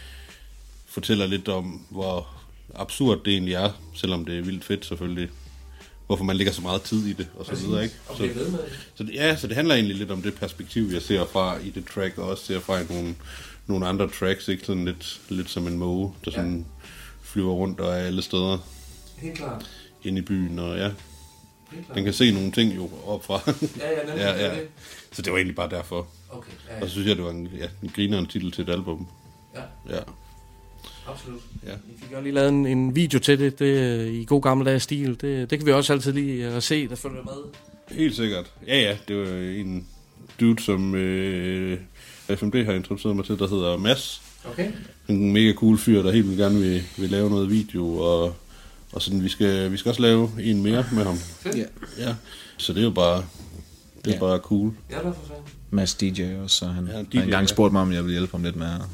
S6: fortæller lidt om, hvor absurd det egentlig er, selvom det er vildt fedt selvfølgelig, hvorfor man lægger så meget tid i det, og så videre, ikke? Så, så, det, ja, så det handler egentlig lidt om det perspektiv, jeg ser fra i det track, og også ser fra i nogle, nogle andre tracks, ikke? Sådan lidt, lidt som en måge, der sådan ja. flyver rundt og er alle steder.
S5: Helt klart.
S6: Inde i byen, og ja. Den kan se nogle ting jo opfra.
S5: Ja, ja, nemlig. ja, ja.
S6: Så det var egentlig bare derfor.
S5: Okay, ja, ja.
S6: Og så synes jeg, det var en, ja, en grinerende titel til et album.
S5: Ja.
S6: Ja.
S5: Absolut.
S6: Ja.
S5: Vi fik også lige lavet en, en video til det, det i god gammeldags stil. Det, det kan vi også altid lige at se, der følger med.
S6: Helt sikkert. Ja, ja. Det var en dude, som øh, F M D har introduceret mig til, der hedder Mads.
S5: Okay.
S6: En mega cool fyr, der helt gerne vil, vil lave noget video, og, og sådan, vi skal, vi skal også lave en mere med ham.
S5: Ja.
S6: Ja. Så det er jo bare, det er ja. bare cool.
S5: Ja, der er for fanden.
S7: Mads D J også, så han
S6: ja,
S7: har engang spurgt mig, om jeg ville hjælpe ham lidt med at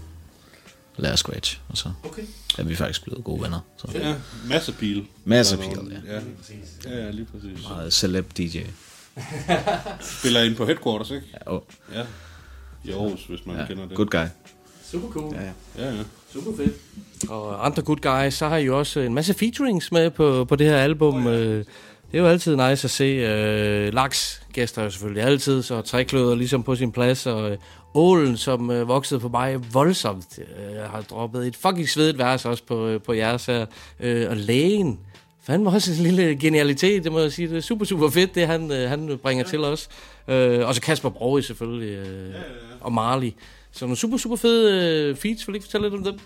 S7: lære scratch, og så
S5: okay.
S7: er vi faktisk blevet gode venner. Så.
S6: Ja, masse pil.
S7: Masse pil, ja.
S6: Ja, ja, ja, lige præcis.
S7: Meget celeb D J.
S6: Spiller ind på Headquarters, ikke?
S7: Ja, oh.
S6: Ja. I Aarhus, hvis man
S7: ja.
S6: kender det.
S7: Good guy.
S5: Super cool.
S7: Ja, ja.
S6: Ja, ja.
S5: Super fedt. Og andre good guys, så har I jo også en masse featurings med på, på det her album. Oh, ja. Det er jo altid nice at se. Uh, Laks gæster jo selvfølgelig altid, så trækløder ligesom på sin plads, og Ålen, som uh, voksede på mig voldsomt, uh, har droppet et fucking svedigt vers også på, uh, på jeres her. Uh, og Lægen, fandme også en lille genialitet, det må jeg sige. Det er super, super fedt, det han, uh, han bringer ja. til os. Uh, og så Kasper Broge selvfølgelig, uh, ja, ja, ja. og Marley. Så nogle super, super fede uh, feats. Vil du ikke fortælle lidt om dem?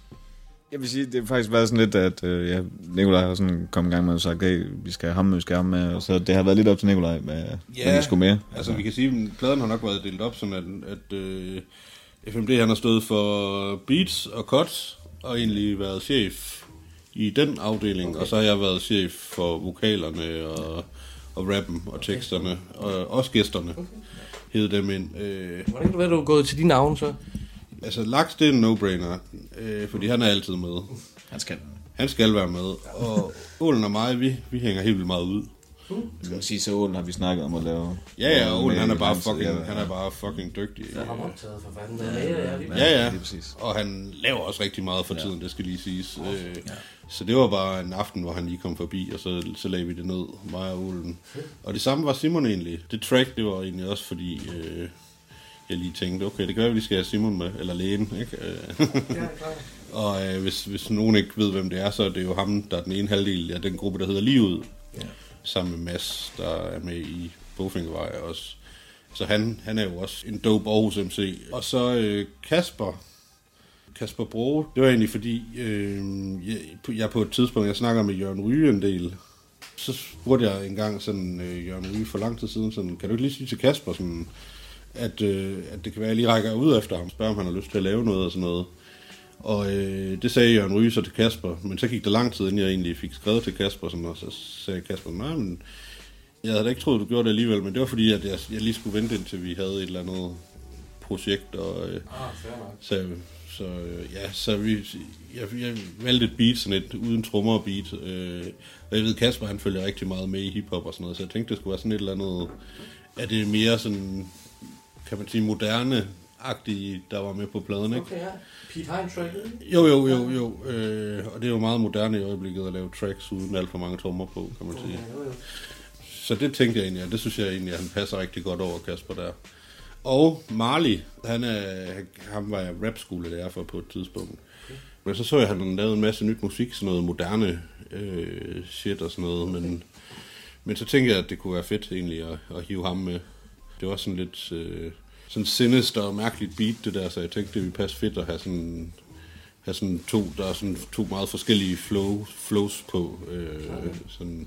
S7: Jeg vil sige, det har faktisk været sådan lidt, at øh, ja, Nikolaj har sådan kommet i gang med og sagt, hey, vi skal have ham med, vi skal have ham med, og så det har været lidt op til Nikolaj, hvad,
S6: ja,
S7: hvad vi skulle med.
S6: Altså, altså vi kan sige, at pladen har nok været delt op, sådan at, at øh, F M D han har stået for beats og cuts, og egentlig været chef i den afdeling, okay. Og så har jeg været chef for vokalerne og, og rappen og teksterne, okay. og også gæsterne, okay. hed dem ind. Øh,
S5: Hvordan kan du være, du er gået til de navne så?
S6: Altså, Laks, det er en no-brainer, øh, fordi han er altid med.
S7: Han skal.
S6: Han skal være med, og Ålen og mig, vi, vi hænger helt vildt meget ud.
S7: Jeg vil sige, så Ålen har vi snakket om at lave...
S6: Ja, ja, Ålen, han er bare fucking, ja, han er bare fucking dygtig.
S5: Så har han optaget for fanden. Ja, ja,
S6: ja, ja, og han laver også rigtig meget for tiden, ja. det skal lige siges. Øh, ja. Så det var bare en aften, hvor han lige kom forbi, og så, så lagde vi det ned, mig og Ålen. Og det samme var Simon egentlig. Det track, det var egentlig også fordi... Øh, jeg lige tænkte, okay, det kan være, at vi skal have Simon med, eller Lægen, ikke? Ja, og øh, hvis, hvis nogen ikke ved, hvem det er, så er det jo ham, der er den ene halvdel af den gruppe, der hedder Livet, ja. sammen med Mads, der er med i Bogfingervej også. Så han, han er jo også en dope Aarhus M C. Og så øh, Kasper, Kasper Broge, det var egentlig fordi, øh, jeg, jeg på et tidspunkt, jeg snakker med Jørgen Ryge en del, så spurgte jeg engang sådan, øh, Jørgen Ryge for lang tid siden, sådan, kan du ikke lige sige til Kasper, sådan, At, øh, at det kan være, at jeg lige rækker ud efter ham, spørger om han har lyst til at lave noget og sådan noget. Og øh, det sagde Jørgen Ryge så til Kasper, men så gik der lang tid, inden jeg egentlig fik skrevet til Kasper, sådan, og så sagde Kasper, nej, men jeg havde da ikke troet, du gjorde det alligevel, men det var fordi, at jeg, jeg lige skulle vente, indtil vi havde et eller andet projekt, og øh, ah, så, så øh, ja, så vi, jeg, jeg valgte et beat, sådan et uden trommer og beat, øh, og jeg ved, Kasper, han følger rigtig meget med i hiphop og sådan noget, så jeg tænkte, det skulle være sådan et eller andet, at det er mere sådan, kan man sige, moderne-agtige, der var med på pladen, ikke?
S5: Okay, ja. Pete Hein-tracket?
S6: Jo, jo, jo, jo. Øh, og det er jo meget moderne i øjeblikket at lave tracks uden alt for mange trommer på, kan man sige. Okay, jo, jo. Så det tænkte jeg egentlig, og det synes jeg egentlig, at han passer rigtig godt over Kasper der. Og Marley, han er, ham var jeg rap-skolelærer for på et tidspunkt. Okay. Men så så jeg, at han lavede en masse nyt musik, sådan noget moderne øh, shit og sådan noget, men, men så tænkte jeg, at det kunne være fedt egentlig at, at hive ham med. Det var sådan lidt øh, sådan sinister og mærkeligt beat, det der, så jeg tænkte, det ville passe fedt at have sådan, have sådan to, der er sådan to meget forskellige flow, flows på. Øh, sådan.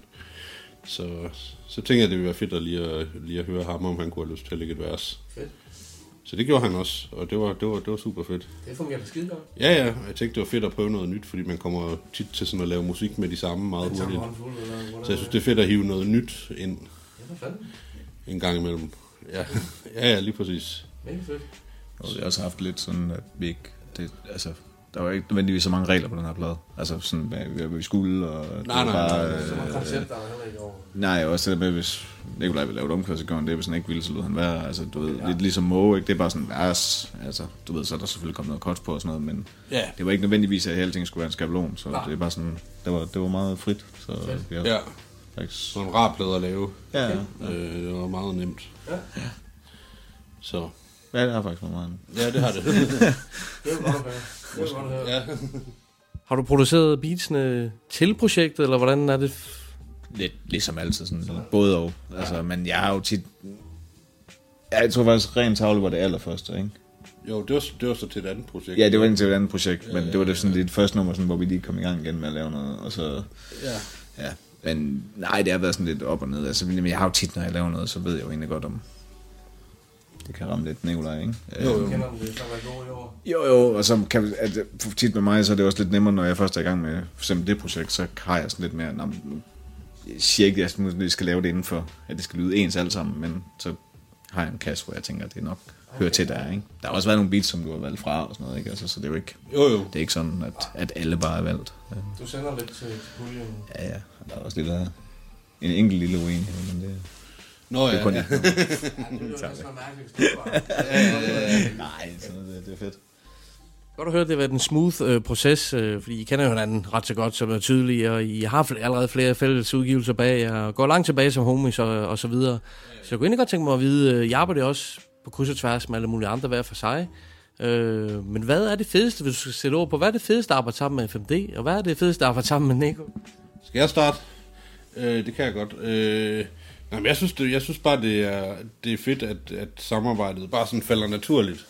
S6: Så, så tænkte jeg, det ville være fedt at lige, at lige at høre ham, om han kunne have lyst til at lægge et vers. Fedt. Så det gjorde han også, og det var, det var, det var super fedt.
S5: Det fungerer skide godt.
S6: Ja, ja, jeg tænkte, det var fedt at prøve noget nyt, fordi man kommer tit til sådan at lave musik med de samme meget hurtigt. Så jeg synes, det er fedt at hive noget nyt ind. Ja, hvad fanden? En gang imellem. Ja, ja, ja, lige præcis.
S5: Mega fedt.
S7: Og vi har også haft lidt sådan, at vi ikke, det, altså, der var ikke nødvendigvis så mange regler på den her plade. Altså sådan, hvad, hvad vi skulle, og...
S6: Nej, nej,
S7: bare,
S6: nej.
S5: Så mange koncepter er heller ikke over.
S7: Nej, også det der med, hvis Nikolaj vil lave et omkværsegården, det er, hvis han ikke ville, så lød han være, altså, du ved, ja. lidt ligesom Moe, ikke? Det er bare sådan, vers, altså, du ved, så er der selvfølgelig kommet noget cuts på og sådan noget, men
S6: ja.
S7: det var ikke nødvendigvis, at hele ting skulle være en skabelon, så nej. Det er bare sådan, det var, det var meget frit, så...
S6: Ja. ja. Faktisk. Sådan en rar plade at lave.
S7: Ja, ja.
S6: Øh, det var meget nemt.
S5: Ja.
S6: Så.
S7: Ja, det har faktisk været meget nemt.
S6: Ja, det har det.
S5: Det er godt at høre. Det er godt at høre. Ja. Har du produceret beatsene til projektet, eller hvordan er det?
S7: Lidt ligesom altid, sådan både og. Altså, men jeg har jo tit... Jeg tror faktisk, Ren Tavle var det allerførste, ikke?
S6: Jo, det var, det var så til et andet projekt.
S7: Ja, det var til et andet projekt, men ja, det var det sådan ja. lidt første nummer, sådan, hvor vi lige kom i gang igen med at lave noget, og så...
S6: Ja.
S7: Ja, men nej, det har været sådan lidt op og ned. Altså, men jeg har jo tit, når jeg laver noget, så ved jeg jo egentlig godt om... Det kan ramme lidt Nikolaj, ikke?
S6: Jo, jo.
S5: Kender du det, så var god i år?
S7: Jo, jo, og så kan at, tit med mig, så er det også lidt nemmere, når jeg først er i gang med for eksempel det projekt, så har jeg sådan lidt mere... Nå, jeg siger ikke, at jeg skal lave det inden for, at det skal lyde ens alle sammen, men så har jeg en kasse, hvor jeg tænker, at det nok hører til der, ikke? Der har også været nogle beats, som du har valgt fra og sådan noget, ikke? Altså, så det er jo ikke,
S6: jo, jo.
S7: Det er ikke sådan, at, at alle bare er valgt.
S5: Du sender lidt til puljen.
S7: Ja, ja. Der er også lidt af en enkelt lille uenighed, men det...
S6: Nå ja.
S7: Det er kun
S6: ja.
S7: ikke
S5: Ja, det er jo næsten mærkeligt, hvis det var.
S7: Nej, så det, det er fedt.
S5: Godt at høre, det har været en smooth øh, proces, øh, fordi I kender jo hinanden ret så godt, som er tydeligt, og I har fl- allerede flere fælles udgivelser bag, og går langt tilbage som homies og, og så videre. Så jeg kunne egentlig godt tænke mig at vide, øh, jeg arbejder også på kryds og tværs med alle mulige andre hver for sig. Øh, men hvad er det fedeste, hvis du skal sætte ord på, hvad er det fedeste at arbejde sammen med F M D, og hvad er det fedeste at arbejde sammen med Nico?
S6: Skal jeg starte? Øh, det kan jeg godt. Øh, nej, men jeg synes, det, jeg synes bare, det er, det er fedt, at, at samarbejdet bare sådan falder naturligt.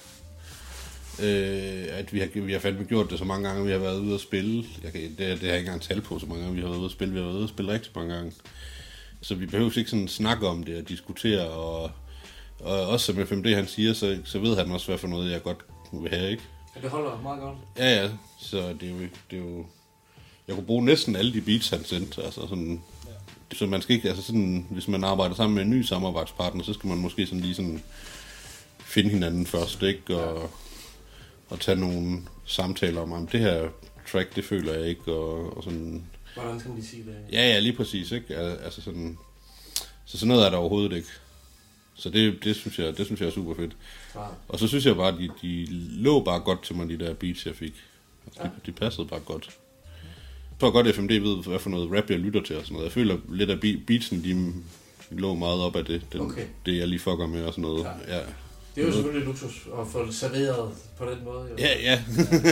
S6: Øh, at vi har, vi har fandme gjort det så mange gange, vi har været ude at spille. Jeg kan, det, det har jeg ikke engang talt på så mange gange, vi har været ude at spille. Vi har været ude at spille rigtig mange gange. Så vi behøver ikke sådan snakke om det og diskutere, og, og også som F M D han siger, så, så ved han også, hvad for noget jeg godt vil have, ikke?
S5: Ja, det holder meget godt.
S6: Ja, ja, så det er jo, det er jo jeg kunne bruge næsten alle de beats, han sendte, altså sådan, ja. Så man skal ikke, altså sådan, hvis man arbejder sammen med en ny samarbejdspartner, så skal man måske sådan lige sådan finde hinanden først, ikke, og, og tage nogle samtaler om, det her track, det føler jeg ikke, og, og sådan.
S5: Hvordan skal man sige det?
S6: Ja, ja, lige præcis, ikke, altså sådan, så sådan noget er der overhovedet ikke. Så det, det, synes jeg, det synes jeg er super fedt. Ja. Og så synes jeg bare, at de, de lå bare godt til mig, de der beats, jeg fik. Altså, ja. de, de passede bare godt. Jeg tror godt, at F M D ved, hvad for noget rap jeg lytter til og sådan noget. Jeg føler lidt, at beatsen, de lå meget op af det, den, okay. det jeg lige fucker med og sådan noget. Ja. Ja.
S5: Det er jo selvfølgelig luksus at få det serveret på den måde. Jo.
S6: Ja, ja.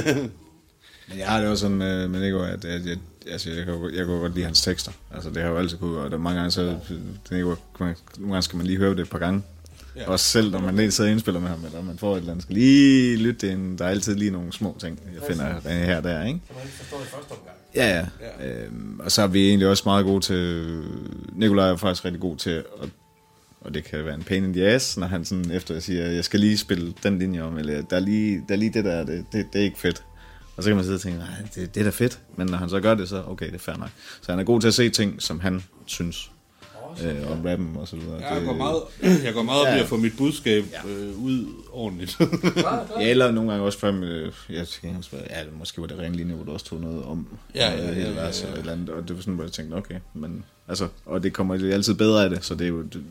S7: Men jeg har det også sådan med, med Nico, at, at jeg, altså, jeg, kan, jeg kan godt lide hans tekster. Altså, det har jo altid kunne, og der er mange gange, så Nico, nogle gange skal man lige høre det et par gange. Ja. Også selv, når man lige sidder og indspiller med ham, eller man får et eller andet, skal lige lytte det ind. Der er altid lige nogle små ting, jeg finder her og der, ikke?
S5: Så man ikke forstår det første omgang.
S7: Ja, ja. ja. Øhm, og så er vi egentlig også meget gode til... Nikolaj er faktisk rigtig god til, at, og det kan være en pain in the ass, når han sådan efter siger, jeg skal lige spille den linje om, eller der er lige, der er lige det der, det, det, det er ikke fedt. Og så kan man sidde og tænke, nej, det, det er da fedt. Men når han så gør det, så okay, det er fair nok. Så han er god til at se ting, som han synes. Øh, om rappen og så videre.
S6: Ja, jeg går meget, jeg går meget op i at få mit budskab øh, ud ordentligt.
S7: Ja, eller nogle gange også frem, øh, jeg tænker, ja, måske var det ren linje, hvor du også tog noget om
S6: ja, ja,
S7: øh, hele
S6: ja, ja,
S7: vers
S6: ja.
S7: eller et eller andet, og det var sådan, hvor jeg tænkte, okay, men altså, og det kommer det altid bedre af det, så det er jo, det,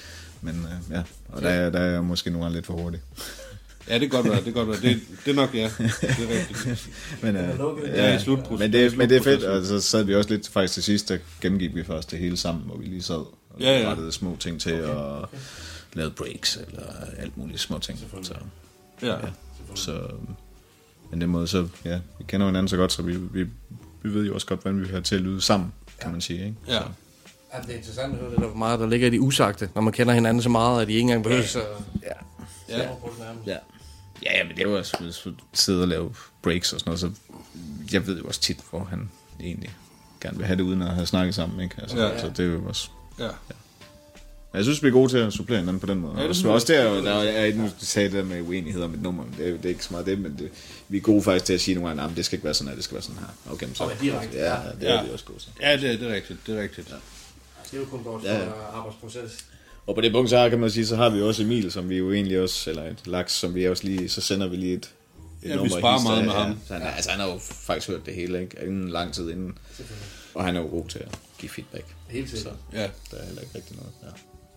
S7: men øh, ja, og der er, der er jeg måske nogle gange lidt for hurtigt.
S6: Ja, det kan godt være, det kan godt være. Det, det er nok, ja. Det er rigtigt.
S7: men, øh,
S6: ja,
S7: ja, men, det, men det er fedt, og så sad vi også lidt, faktisk til sidst, der gennemgik vi først det hele sammen, hvor vi lige sad og
S6: ja, ja.
S7: rettede små ting til, okay. og okay. lavede breaks, eller alt muligt små ting. Så,
S6: ja.
S7: ja. Så, men den måde, så, ja, vi kender hinanden så godt, så vi, vi, vi ved jo også godt, hvordan vi vil have til at lyde sammen, kan man sige, ikke?
S6: Ja.
S7: Så.
S5: Ja, det er interessant at høre det der, hvor meget der ligger i de usagte, når man kender hinanden så meget, at de ikke engang behøver så...
S7: Ja.
S5: Ja.
S7: Ja. Ja, ja, men det er jo også, hvis du sidder og laver breaks og sådan noget, så jeg ved jo også tit, hvor han egentlig gerne vil have det, uden at have snakket sammen, ikke? Altså, ja. Så det er jo også...
S6: Ja. Ja.
S7: Jeg synes, vi er gode til at supplere hinanden på den måde. Ja, det også, også der, der er nu sagde det der med uenighed om et nummer, det er, det er ikke så meget det, men det, vi er gode faktisk til at sige nogle gange, at det skal ikke være sådan her, det skal være sådan her. Okay, så.
S5: Og direkte.
S7: Ja, det er ja. Vi også gode til.
S6: Ja, det er, det er rigtigt, det er rigtigt. Ja.
S5: Det er jo kun godt for ja, ja. arbejdsproces.
S7: Og på det punkt, så kan man sige, så har vi også Emil, som vi jo egentlig også, eller et Laks, som vi også lige, så sender vi lige et, et
S6: ja,
S7: nummer.
S6: Vi sparer meget med ham.
S7: Så han, altså, han har jo faktisk hørt det hele, ikke? Inden lang tid inden. Og han er jo god til at give feedback.
S5: Helt sikkert.
S7: Så ja. Der er heller ikke rigtig noget, ja.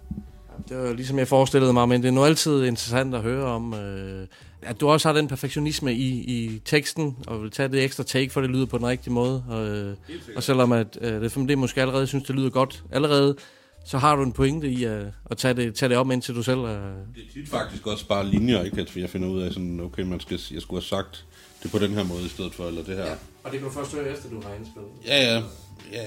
S5: Det var ligesom jeg forestillede mig, men det er nu altid interessant at høre om, øh, at du også har den perfektionisme i, i teksten, og vil tage det ekstra take, for det lyder på den rigtige måde. Og, øh, og selvom at, øh, det, det måske allerede synes, det lyder godt allerede, så har du en pointe i uh, at tage det, tage det om, indtil du selv... Uh...
S6: Det er tit faktisk også bare linjer, ikke? At jeg finder ud af sådan, okay, man skal, jeg skulle have sagt det på den her måde i stedet for, eller det her. Ja.
S5: Og det kan du først høre efter, du har indspillet.
S6: Ja, ja. Ja,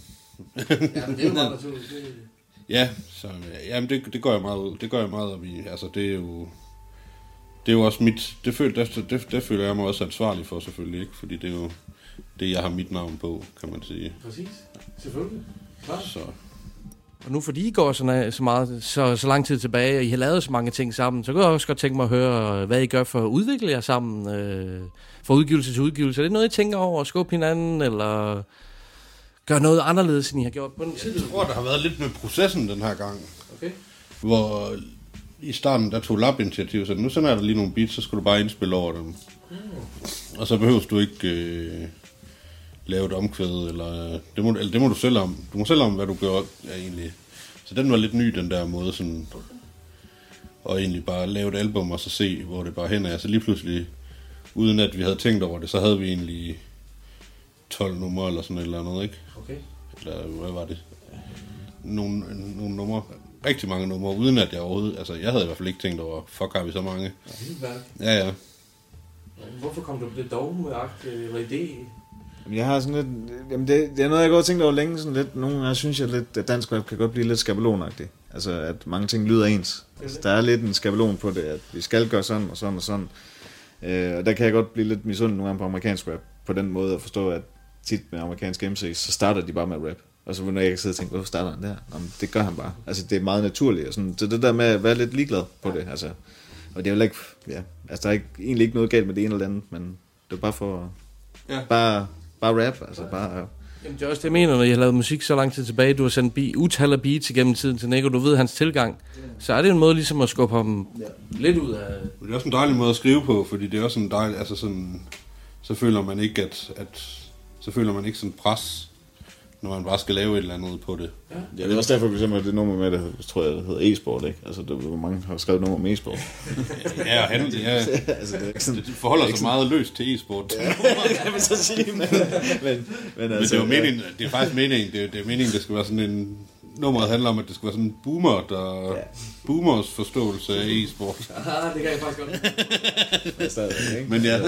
S5: ja men det er jo meget naturligt. Det...
S6: Ja, så jamen det, det gør jeg meget, det gør jeg meget op i. Altså det er jo, det er jo også mit, det føler, det, det, det føler jeg mig også ansvarlig for selvfølgelig, ikke? Fordi det er jo det, jeg har mit navn på, kan man sige.
S5: Præcis, selvfølgelig. Klart.
S6: Så.
S5: Og nu fordi I går så, så, meget, så, så lang tid tilbage, og I har lavet så mange ting sammen, så kan jeg også godt tænke mig at høre, hvad I gør for at udvikle jer sammen, øh, fra udgivelse til udgivelse. Er det noget, I tænker over at skubbe hinanden, eller gøre noget anderledes, end I har gjort på den tid?
S6: Jeg tror, der har været lidt med processen den her gang.
S5: Okay.
S6: Hvor i starten, der tog Lab-initiativ, så nu sender jeg dig lige nogle beats, så skal du bare indspille over dem. Mm. Og så behøver du ikke øh, lave et omkvæd, eller det, må, eller det må du selv om. Du må selv om, hvad du gør ja, egentlig. Så den var lidt ny, den der måde, sådan, og egentlig bare lave et album, og så se, hvor det bare hen er. Så lige pludselig, uden at vi havde tænkt over det, så havde vi egentlig tolv numre eller sådan et eller andet, ikke?
S5: Okay.
S6: Eller hvad var det? Nogle, nogle numre, rigtig mange numre, uden at jeg overhovedet, altså jeg havde i hvert fald ikke tænkt over, fuck har vi så mange. Ja, ja.
S5: Hvorfor kom du på det dogme-agt eller idé?
S7: Jeg har sådan lidt, jamen det, det er noget, jeg har godt tænkt over længe, sådan lidt, nogle gange synes jeg lidt, at dansk rap kan godt blive lidt skabelonagtigt. Altså, at mange ting lyder ens. Altså, der er lidt en skabelon på det, at vi skal gøre sådan og sådan og sådan. Øh, og der kan jeg godt blive lidt misundelig nogle gange på amerikansk rap, på den måde at forstå, at tit med amerikanske M C's, så starter de bare med rap. Og så når jeg kan sidde og tænke, hvorfor starter han der? Nå, det gør han bare. Altså, det er meget naturligt. Og sådan, så det der med at være lidt ligeglad på det, altså. Og det er jo ikke, ja, altså der er ikke, egentlig ikke noget galt med det ene eller andet, men det er bare for, ja. bare, bare rap, altså bare...
S5: Jamen, det er også det, jeg mener, når jeg har lavet musik så lang tid tilbage, du har sendt bi- utal af beats igennem tiden til Nico, du ved hans tilgang, så er det en måde ligesom at skubbe ham ja. lidt ud af...
S6: Det er også en dejlig måde at skrive på, fordi det er også en dejlig, altså sådan, så føler man ikke, at, at så føler man ikke sådan pres, når man bare skal lave et eller andet på det. Ja,
S7: ja det er også derfor, for eksempel, det nummer med, det tror jeg, det hedder e-sport, ikke? Altså, der er mange, der har skrevet nummer om e-sport.
S6: ja, og han, ja, altså, det, er ikke sådan, det forholder sig meget løst til e-sport.
S7: Ja, det kan man så sige, men... men, men, altså,
S6: men det, er meningen, det er faktisk meningen, det er, det er meningen, det skal være sådan en... Nummeret handler om, at det skal være sådan en boomer, der... Ja. Boomers forståelse af e-sport.
S5: Ah, det kan jeg faktisk godt.
S6: Men ja...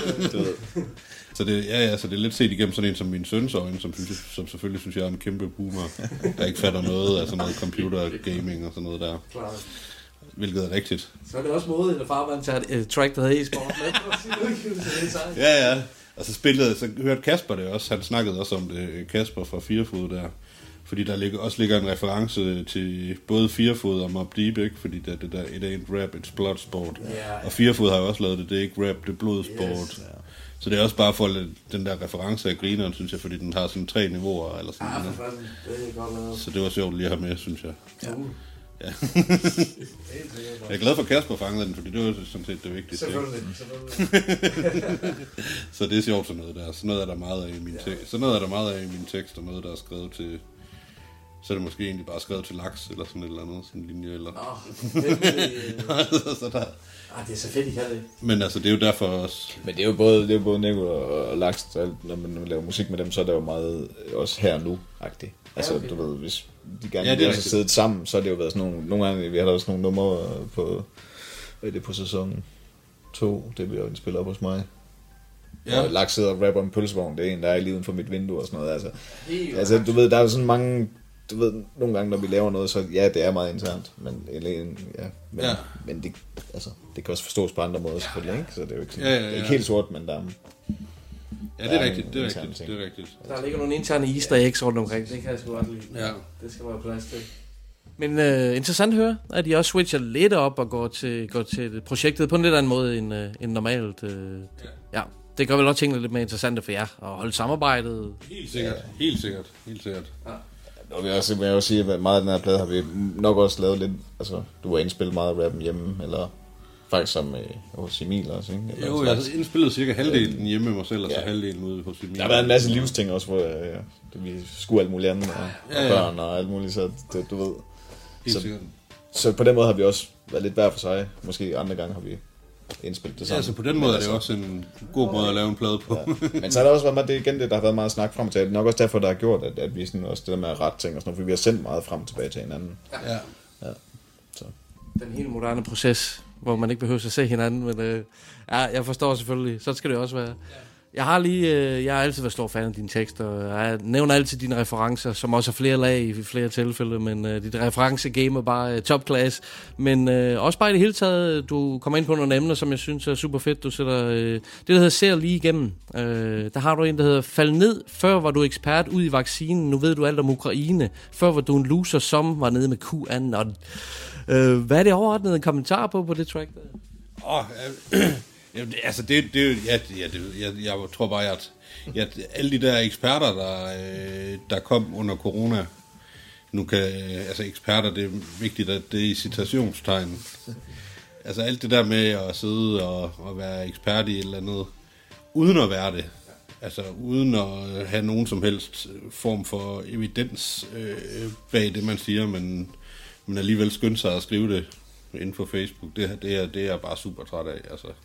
S6: Så det, ja, ja, så det er lidt set igennem sådan en som min søns øjne, som, synes, som selvfølgelig synes, jeg er en kæmpe boomer, der ikke fatter noget af sådan noget computer gaming og sådan noget der. Klar. Hvilket er rigtigt.
S5: Så er det også modigt, at farmand tager et uh, track, der hedder e-sport.
S6: ja, ja. Og så spillede, så hørte Kasper det også. Han snakkede også om det, Kasper fra Firefod der. Fordi der ligger, også ligger en reference til både Firefod og Mobb Deep, ikke? Fordi det, det der, it ain't rap, it's bloodsport. Yeah. Og Firefod har jo også lavet det, det er ikke rap, det er blodsport. Yes, yeah. Så det er også bare for den der reference af grineren, synes jeg, fordi den har sådan tre niveauer eller sådan noget.
S5: Ah, det er godt lavet.
S6: Så det var sjovt lige at have med, synes jeg. Ja. Ja. Jeg er glad for, at Kasper fangede den, fordi det var sådan set det vigtigste.
S5: Selvfølgelig. Selvfølgelig.
S6: Så det er sjovt sådan noget der. Så noget er der meget af i min tekst. Så noget er der meget af i min tekst, og noget der er skrevet til... Så er det måske egentlig bare skrevet til laks, eller sådan et eller andet, sådan en linje, eller...
S5: Åh, oh,
S6: så der...
S5: Ah, det er så fedt, I kan det.
S6: Men altså, det er jo derfor også...
S7: Men det er jo både, det er jo både Nico og Laks, når man laver musik med dem, så er det jo meget også her nu-agtigt. Altså, ja, okay. Du ved, hvis de gerne ja, vil have siddet sammen, så har det jo været sådan nogle... Nogle gange, vi har også nogle numre på... Hvad er det på sæson to? Det bliver jo en spiller op hos mig. Ja. Og Laks sidder og rapper en pølsevogn, det er en, der er lige uden for mit vindue og sådan noget. Altså, altså du ved, der er jo sådan mange... Du ved, nogle gange, når vi laver noget, så ja, det er meget internt, men, eller, ja, men, ja. men det, altså, det kan også forstås på andre måder, selvfølgelig, ikke? Så det er jo ikke, sådan, ja, ja, ja. Det er ikke helt sort, men der er...
S6: Ja, det er, er rigtigt, det er rigtigt, det er rigtigt.
S5: Der ligger nogle interne easter eggs rundt omkring, det kan jeg sgu godt lide. Ja. Det skal være plads til. Men uh, interessant at høre, at I også switcher lidt op og går til, går til projektet på en lidt anden måde end, uh, end normalt. Uh, ja. ja. Det gør vel også tingene lidt mere interessante for jer, at holde samarbejdet.
S6: Helt sikkert, ja. helt sikkert, helt sikkert. Ja.
S7: Og jeg vil også, jeg vil også sige, at meget af den her plade har vi nok også lavet lidt, altså du har indspillet meget af rappen hjemme, eller faktisk sammen med hos Emil også, ikke? Eller
S6: jo, jeg har indspillet cirka halvdelen hjemme med mig selv, og så ja. halvdelen ude hos Emil.
S7: Der har været en masse livsting også, hvor jeg, ja, vi skulle alt muligt andet, og, ja, ja. og børn og alt muligt, så det, du ved. Så, så på den måde har vi også været lidt hver for sig, måske andre gange har vi indspillet det sammen.
S6: Ja, så på den måde er det også en god måde at lave en plade på.
S7: Ja. Men så har der også været meget, det igen det, der har været meget snak frem og tilbage. Det er nok også derfor, der har gjort, at, at vi sådan også det der med at rette ting og sådan noget, fordi vi har sendt meget frem og tilbage til hinanden.
S5: Ja. ja. Så. Den helt moderne proces, hvor man ikke behøver at se hinanden, men øh, ja, jeg forstår selvfølgelig, så skal det også være. Jeg har lige, øh, jeg har altid været stor fan af dine tekster, og jeg nævner altid dine referencer, som også har flere lag i flere tilfælde, men øh, dit referencegame er bare øh, top class. Men øh, også bare i det hele taget, du kommer ind på nogle emner, som jeg synes er super fedt. Du sætter øh, det, der hedder Ser lige igennem. Øh, der har du en, der hedder Fald ned. Før var du ekspert ud i vaccinen, nu ved du alt om Ukraine. Før var du en loser, som var nede med Q anden. Og, øh, hvad er det overordnede kommentar på på det track der?
S6: Åh, oh, øh, Jamen, det, altså det, det ja, ja det, jeg, jeg tror bare at, at alle de der eksperter der øh, der kom under corona, nu kan altså eksperter, det er vigtigt at det er i citationstegn. Altså alt det der med at sidde og, og være ekspert i et eller andet uden at være det. Altså uden at have nogen som helst form for evidens øh, bag det man siger, men men alligevel skynde sig at skrive det inden på Facebook. Det det er det er jeg bare super træt af, altså. Ja.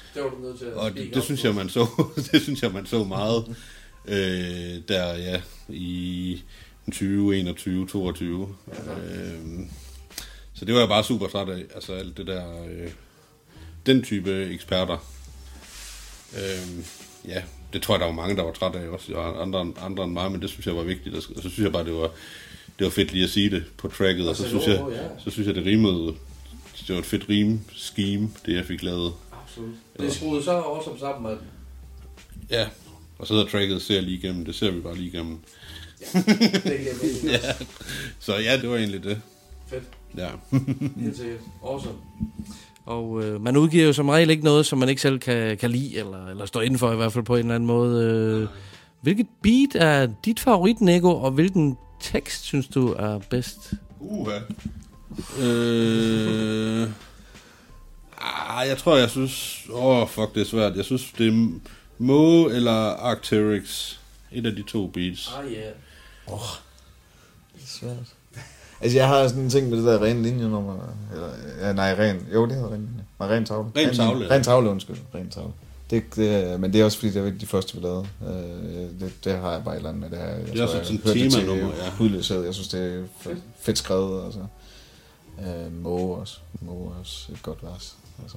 S5: Det var du nødt til at
S6: og det, det synes jeg man så det synes jeg man så meget øh, der ja i tyve enogtyve toogtyve. Ja, øh, så det var jeg bare super træt af, altså alt det der øh, den type eksperter. Øh, ja, det tror jeg der var mange der var træt af også, og andre andre end mig, men det synes jeg var vigtigt, og så synes jeg bare det var det var fedt lige at sige det på tracket, og så synes jeg så synes jeg det rimede. Det var et fedt rim scheme, det jeg fik lavet.
S5: Absolut. Det skruede så awesome sammen, at...
S6: Ja, og så hedder tracket ser lige igennem. Det ser vi bare lige igennem.
S5: Ja, det er ja.
S6: Så ja, det var egentlig det.
S5: Fedt.
S6: Ja.
S5: Helt sikkert. Awesome. Og øh, man udgiver jo som regel ikke noget, som man ikke selv kan, kan lide, eller, eller står inden for i hvert fald på en eller anden måde. Øh, hvilket beat er dit favorit, Nego, og hvilken tekst synes du er bedst?
S6: Uha. Øh... Ah, jeg tror, jeg synes... Åh, oh, fuck, det er svært. Jeg synes, det er Mo eller Arc'teryx. Et af de to beats.
S5: Ah, ja. Yeah.
S7: Åh, oh, det er svært. Altså, jeg har sådan en ting med det der rene linjenummer. Eller, ja, nej, ren... Jo, det hedder ren linje. Nej, ren tavle.
S6: Ren tavle.
S7: Ren, ren tavle, undskyld. Ren tavle. Det, det, men det er også fordi, det var de første, vi lavede. Øh, det, det har jeg bare et eller andet med. Det, her. Jeg
S6: det er også sådan et tema-nummer, ja.
S7: Hudløshed. Jeg synes, det er fedt, fedt skrevet, altså. Uh, Mo også. Mo også et godt vers. Altså.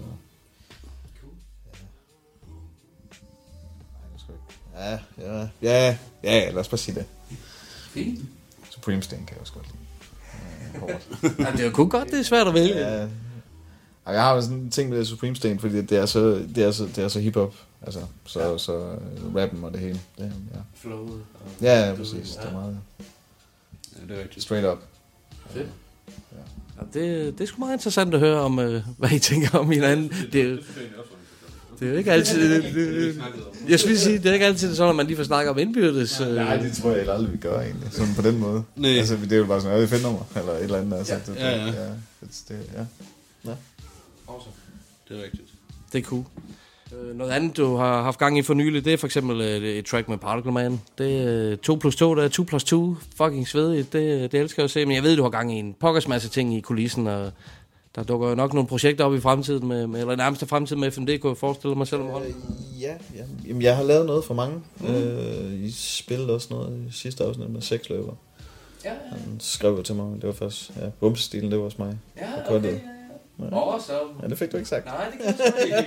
S7: Ja. Ja, ja, ja, ja, lad os bare sige det.
S5: Fint.
S7: Supreme Sting kan jeg også godt lide. Uh,
S5: ja, det er jo godt, det er svært at vælge.
S7: Ja. Og jeg har jo sådan en ting med det Supreme Sting, fordi det er så, det er så, det er så hip-hop. Altså, så, ja. så uh, rappen og det hele. Det, ja.
S5: Flowet.
S7: Ja, ja, præcis. Ja. Det er meget...
S6: Ja, det er rigtigt.
S7: Straight up.
S5: Fedt. Ja, det, det er sgu meget interessant at høre om, øh, hvad I tænker om hinanden. Det er, det er jo ikke altid... Det, det, jeg skulle sige, det er ikke altid sådan, at man lige får snakket om indbyrdes. Øh.
S7: Nej, det tror jeg aldrig, vi gør egentlig. Sådan på den måde. Nej. Altså, det er jo bare sådan, at vi finder mig, eller et eller andet. Altså,
S6: ja.
S7: Det,
S6: ja, ja.
S7: ja, det, det, ja. ja.
S5: Awesome.
S6: Det er rigtigt.
S5: Det er cool. Noget andet, du har haft gang i for nylig, det er for eksempel et track med Particle Man. Det er to plus to, det er to plus to. Fucking svedigt, det, det elsker jeg at se. Men jeg ved, du har gang i en pokkers masse ting i kulissen, og der dukker jo nok nogle projekter op i fremtiden, med, med eller nærmest fremtiden med F M D, kunne jeg forestille mig selv om hånden.
S7: Ja, ja. Jamen, jeg har lavet noget for mange. Mm. Øh, I spillede også noget i sidste afsnit med seks løber.
S5: Ja, ja.
S7: Han skrev jo til mig, det var først, ja, bumsestilen, det var også mig.
S5: Ja, okay, ja, ja.
S7: Ja.
S5: Awesome.
S7: Ja, det fik du ikke sagt.
S5: Nej, det kan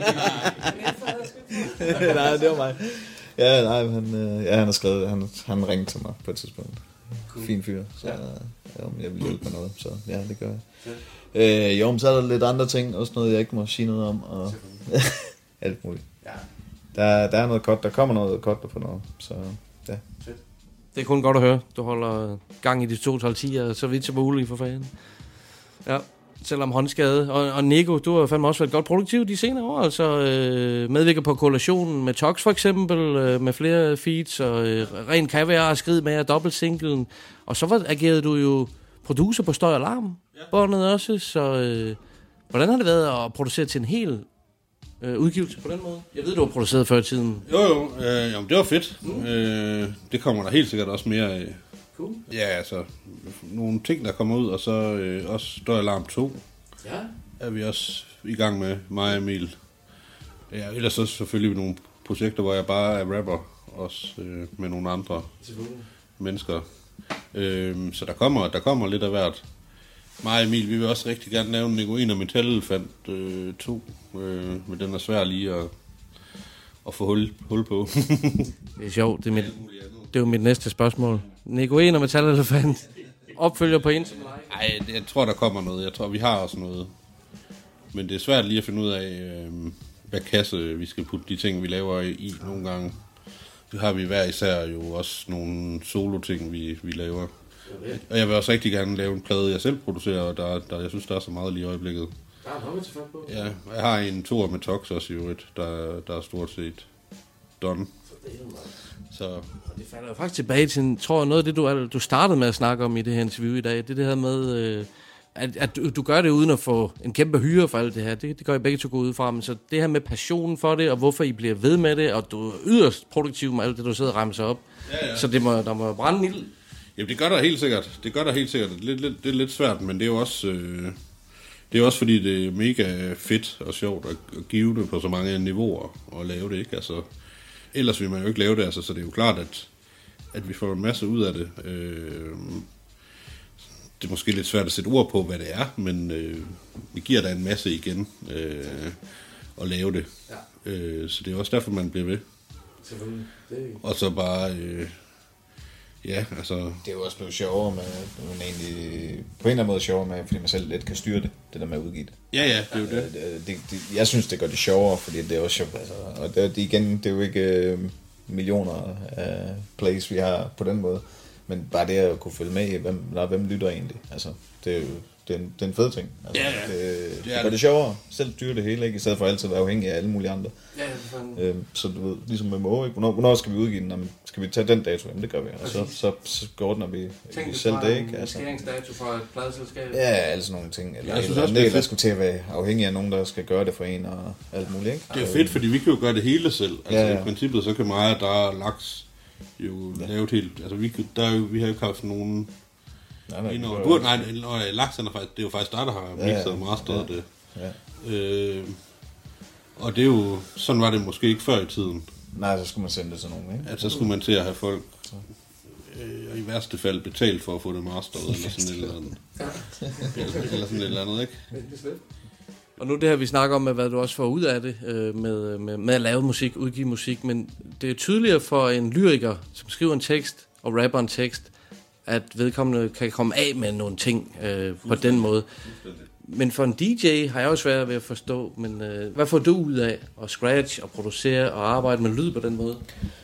S5: jeg ikke.
S7: Nej, det var mig. Ja, nej, han, ja, han har skrevet, han, han ringede til mig på et tidspunkt. Cool. Fin fyr, så ja. Ja, jeg vil hjælpe med noget, så ja, det gør jeg. Ja. Øh, jo, men så er der lidt andre ting, også noget, jeg ikke må sige noget om, og alt muligt. Ja. Der, der er noget godt, der kommer noget godt på noget, så ja.
S5: Fedt. Det er kun godt at høre. Du holder gang i de to tier så vidt som muligt for fanden. Ja. Selvom håndskade. Og, og Nego, du har fandme også været godt produktiv de senere år, altså øh, medvirker på kollationen med Tox for eksempel, øh, med flere feats, og øh, ren kaviar og skrid med af dobbeltsinglen. Og så var, agerede du jo producer på Støj Alarm, ja. Båndet også, så øh, hvordan har det været at producere til en hel øh, udgivelse på den måde? Jeg ved, du har produceret før i tiden.
S6: Jo, jo, øh, jamen, det var fedt. Mm. Øh, det kommer der helt sikkert også mere af.
S5: Cool.
S6: Ja, altså, nogle ting, der kommer ud, og så øh, også Støj Alarm to.
S5: Ja.
S6: Er vi også i gang med, mig og Emil. Ja, ellers så selvfølgelig nogle projekter, hvor jeg bare er rapper, også øh, med nogle andre mennesker. Øh, så der kommer, der kommer lidt af hvert. Mig og Emil, vi vil også rigtig gerne lave en Nego en og Metal Elefant øh, to, øh, men den er svær lige at, at få hul, hul på.
S5: Det er sjovt, det er, mit, det er jo mit næste spørgsmål. Nego en og Metal Elefant opfølger på en.
S6: Nej, jeg tror, der kommer noget. Jeg tror, vi har også noget. Men det er svært lige at finde ud af, øh, hvad kasse vi skal putte de ting, vi laver i, i nogle gange. Så har vi hver især jo også nogle solo-ting, vi, vi laver. Og jeg vil også rigtig gerne lave en plade, jeg selv producerer, og der, der, jeg synes, der er så meget lige i øjeblikket.
S5: Der er noget til fat på.
S6: Ja, jeg har en tour med Tox også i øvrigt, der, der er stort set done. Så
S5: det falder jo faktisk tilbage til, tror jeg, noget af det, du, du startede med at snakke om i det her interview i dag, det er det her med, øh, at, at du, du gør det uden at få en kæmpe hyre for alt det her. Det, det gør I begge to gå ud fra, men så det her med passionen for det, og hvorfor I bliver ved med det, og du er yderst produktiv med alt det, du sidder og remser op. Ja, ja. Så det må, der må brænde ild.
S6: Jamen det gør der helt sikkert. Det gør der helt sikkert. Det er lidt, lidt, det er lidt svært, men det er jo også... Øh, det er også fordi, det er mega fedt og sjovt at, at give det på så mange niveauer og lave det, ikke? Altså, ellers vil man jo ikke lave det, altså, så det er jo klart, at, at vi får en masse ud af det. Øh, det er måske lidt svært at sætte ord på, hvad det er, men øh, vi giver da en masse igen øh, at lave det. Ja. Øh, så det er også derfor, man bliver ved. Selvfølgelig. Det er... Og så bare... Øh, ja, altså...
S7: Det er jo også blevet sjovere med... Men egentlig, på en eller anden måde sjovere med, fordi man selv lidt kan styre det, det der med at udgive det.
S6: Ja, ja, det er jo det.
S7: det, det, det jeg synes, det gør det sjovere, fordi det er også sjovt. Altså, og det, det, igen, det er jo ikke øh, millioner af plays, vi har på den måde. Men bare det at kunne følge med i, hvem, der, hvem lytter egentlig. Altså, det er jo det er en, det er en fed ting. Altså,
S6: ja, ja.
S7: Det,
S6: det,
S7: det gør det, det sjovere. Selv styre det hele, ikke? I stedet for altid at være afhængig af alle mulige andre.
S5: Ja, det
S7: øhm, så du ved, ligesom med Måge, hvornår, hvornår skal vi udgive den? Jamen, skal vi tage den dato? Jamen, det gør vi. Og så, så, så ordner vi
S5: Tænk
S7: selv det, ikke?
S5: Tænk
S7: Altså,
S5: skæringsdato fra et pladselskab.
S7: ja, altså nogle ting. Eller
S6: jeg
S7: en
S6: synes
S7: eller
S6: også,
S7: anden
S6: det er
S7: del, der
S6: fedt.
S7: skulle til at være afhængig af nogen, der skal gøre det for en og alt muligt, ikke?
S6: Det er fedt, fordi vi kan jo gøre det hele selv. Altså
S7: ja, ja.
S6: i princippet, så kan mig, der er laks jo ja. lavet helt... Altså vi, der er jo, vi har jo ikke haft nogen...
S7: Nej, nej,
S6: Indover,
S7: det var-
S6: nej, nej, laksen er faktisk, det er jo faktisk dig, der har
S7: Ja, ja.
S6: mixet og masteret
S7: Ja.
S6: det.
S7: Ja.
S6: Øh, og det er jo, sådan var det måske ikke før i tiden.
S7: Nej, så skulle man sende det til nogen, ikke?
S6: At så skulle man til at have folk, øh, i værste fald betalt for at få det masteret, eller sådan et eller andet. Eller, eller sådan et eller andet, ikke?
S5: Og nu det her, vi snakker om, med, hvad du også får ud af det, øh, med, med, med at lave musik, udgive musik, men det er tydeligere for en lyriker, som skriver en tekst og rapper en tekst, at vedkommende kan komme af med nogle ting øh, på den måde. Men for en D J har jeg jo svært ved at forstå, men øh, hvad får du ud af at scratch og producere og arbejde med lyd på den måde?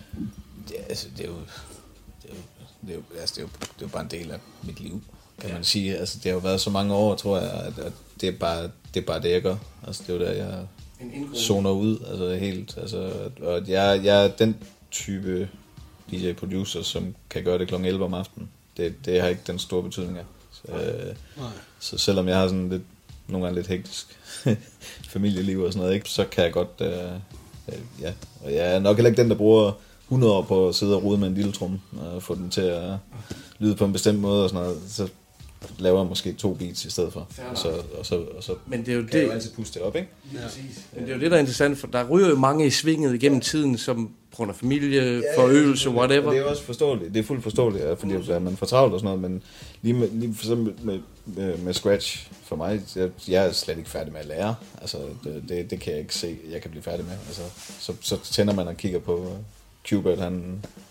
S7: Det, altså, det er jo... Det er jo, det er jo, altså, det er jo, det er jo bare en del af mit liv, kan ja. man sige. Altså, det har jo været så mange år, tror jeg, at, at det, er bare, det er bare det, jeg gør. Altså, det er jo der, jeg zoner ud, altså helt. Altså, og jeg, jeg er den type D J-producer, som kan gøre det klokken elleve om aftenen. Det, det har ikke den store betydning af. Så, øh, så selvom jeg har sådan lidt, nogle gange lidt hektisk familieliv og sådan noget, ikke, så kan jeg godt, øh, øh, ja. Og jeg er nok heller ikke den, der bruger hundrede år på at sidde og rode med en lille tromme og få den til at lyde på en bestemt måde og sådan noget. Så laver jeg måske to beats i stedet for. Og så, og så, og så
S5: Men det er jo
S7: kan
S5: det,
S7: jeg jo altid puste det op, ikke?
S5: Ja. Men det er jo det, der er interessant, for der ryger jo mange i svinget igennem tiden, som på grund af familie, ja, forøgelse,
S7: ja,
S5: whatever.
S7: Og det er også forståeligt. Det er fuldt forståeligt, fordi at man får travlt og sådan noget, men lige, med, lige for eksempel med, med, med Scratch, for mig, jeg, jeg er slet ikke færdig med at lære. Altså, det, det, det kan jeg ikke se, jeg kan blive færdig med. Altså, så, så tænder man og kigger på Qbert, han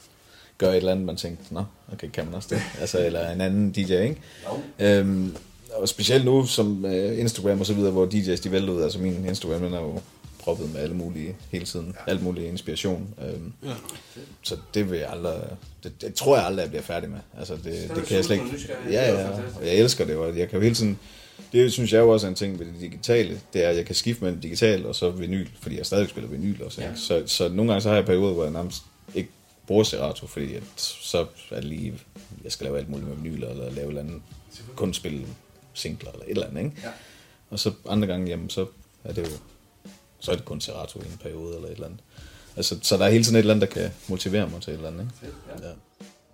S7: gør et eller andet, man tænker, nå, okay, kan man også det? Altså, eller en anden D J, ikke? Øhm, og specielt nu, som uh, Instagram og så videre, hvor D J's de vælter ud, altså min Instagram, den er jo proppet med alle mulige, hele tiden, ja. alt mulig inspiration. Øhm, ja. Så det vil jeg aldrig, det, det tror jeg aldrig, jeg bliver færdig med. Altså, det, det, det kan jeg slet ikke. Ja, ja, og jeg elsker det, og jeg kan jo hele tiden, det synes jeg jo også er en ting ved det digitale, det er, at jeg kan skifte mellem digital og så vinyl, fordi jeg stadig spiller vinyl også, ja. så, så nogle gange så har jeg perioder, hvor jeg nærmest ikke bruger Serato, fordi at, så er det lige, jeg skal lave alt muligt med vinyler, eller lave et eller andet, kun spille singler, eller et eller andet, ikke? Ja. Og så andre gange, jamen, så er det jo, så er det kun Serato i en periode, eller et eller andet. Altså, så der er hele tiden et eller andet, der kan motivere mig til et eller andet, ikke? Ja. Ja.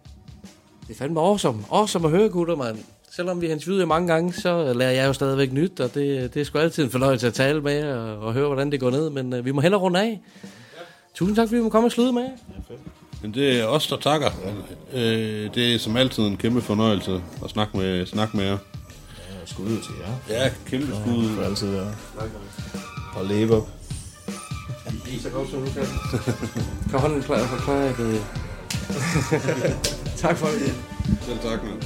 S5: Det er fandme awesome. Awesome at høre, gutter, mand. Selvom vi har interviewet mange gange, så lærer jeg jo stadigvæk nyt, og det, det er sgu altid en fornøjelse at tale med og, og høre, hvordan det går ned, men uh, vi må hellere runde af. Ja. Tusind tak, fordi vi må komme og slutte med. Ja,
S6: men det er os, der takker. Ja. Øh, det er som altid en kæmpe fornøjelse at snakke med, snakke med jer.
S7: Ja, skud ud til jer.
S6: Ja, kæmpe skud ud.
S7: For altid at holde leve op.
S5: I så godt, som du kan. Kan hånden klar for klar, ikke? Tak for det.
S6: Selv tak, man.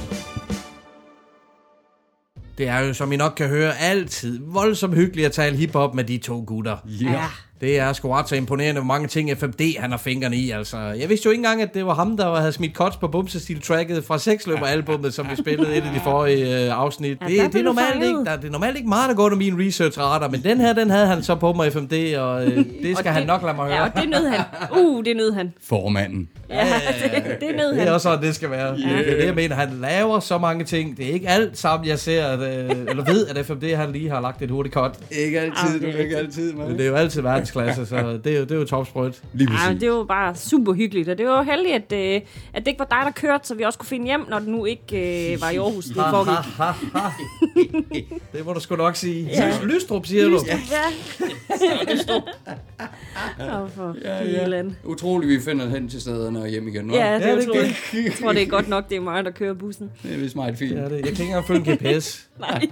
S5: Det er jo, som I nok kan høre, altid voldsomt hyggeligt at tale hiphop med de to gutter.
S3: Ja. Yeah.
S5: Det er sgu ret så imponerende, hvor mange ting F M D han har fingrene i, altså. Jeg vidste jo ikke engang, at det var ham, der havde smidt cuts på Bumsestil-tracket fra Sexløber-albummet, som vi spillede et af de forrige øh, afsnit.
S3: Ja,
S5: det, det, er normalt ikke, der, det er normalt ikke meget, der går under min research-radar, men den her, den havde han så på med F M D, og øh, det skal og han det, nok lade mig høre.
S3: Ja, og det nød han. Uh, det nød han.
S4: Formanden.
S3: Ja, det, det nød han.
S5: Det er også sådan, det skal være. Yeah. Det er det, jeg mener. Han laver så mange ting. Det er ikke alt sammen, jeg ser, at, øh, eller ved, at F M D han lige har lagt et hurtigt cut.
S4: Ikke altid, du ikke altid, man.
S5: Men det er jo altid været verdensklasse, så det er jo, det er jo topsprøjt.
S3: Ja, det var bare super hyggeligt, og det var heldigt, at, øh, at det ikke var dig, der kørte, så vi også kunne finde hjem, når det nu ikke øh, var i Aarhus, det foregik.
S5: Det må du sgu nok sige.
S3: Ja.
S5: Lystrup, siger du?
S3: Lystrup, ja. Lystrup. Åh, for
S4: Ja, ja. Utroligt, vi finder hen til stederne og hjem igen. Hva?
S3: Ja, det er
S5: Ja, det er
S3: utroligt. Jeg tror, det er godt nok, det er mig, der kører bussen.
S4: Det er vist meget fint.
S5: Ja, det, jeg kan ikke engang følge en G P S.
S3: Nej.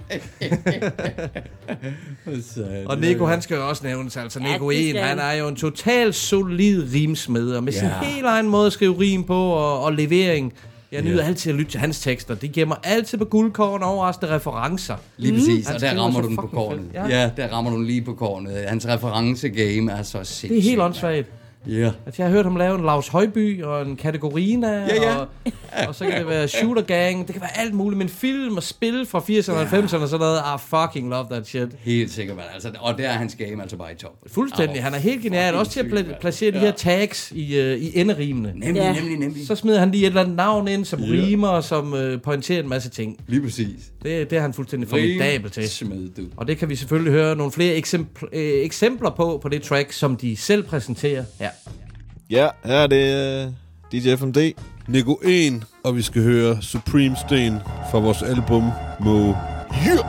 S5: Og Nico, han skal jo også nævnes, altså
S3: Ja,
S5: Nico
S3: det
S5: en,
S3: skal
S5: han
S3: han.
S5: er jo en total solid rimsmed, og med sin
S4: Ja.
S5: helt egen måde at skrive rim på, og, og levering. Jeg nyder
S4: Ja.
S5: altid at lytte til hans tekster. De giver mig altid på guldkorn og overraskende referencer.
S4: Lige præcis,
S5: Han
S4: og der
S5: skriver
S4: rammer
S5: så
S4: du den på
S5: fucking
S4: kornet.
S5: fedt.
S4: Ja. ja, der rammer du den lige på kornet. Hans referencegame er så sindssygt.
S5: Det er helt åndssvagt.
S4: Ja.
S5: Altså, jeg har hørt ham lave en Lars Højby og en Kategorina,
S4: Ja, ja.
S5: Og, og så kan det være Shooter Gang, det kan være alt muligt, men film og spil fra firserne og halvfemserne og sådan noget. I fucking love that shit.
S4: Helt sikkert, man. Altså, og der er hans game altså bare i top.
S5: Fuldstændig, han er helt genial, også til at pla- placere de her tags i, uh, i enderimene.
S4: Nemlig,
S3: Ja.
S4: nemlig, nemlig.
S5: Så smider han lige et eller andet navn ind, som
S4: Ja.
S5: rimer, og som uh, pointerer en masse ting.
S4: Lige præcis.
S5: Det, det er han fuldstændig formidabel til.
S4: Smed, du.
S5: Og det kan vi selvfølgelig høre nogle flere eksempl- øh, eksempler på, på det track, som de selv præsenterer her.
S7: Ja, her er det uh, D J F M D.
S6: Nico en, og vi skal høre Supreme Sten fra vores album Mo.
S8: Yeah!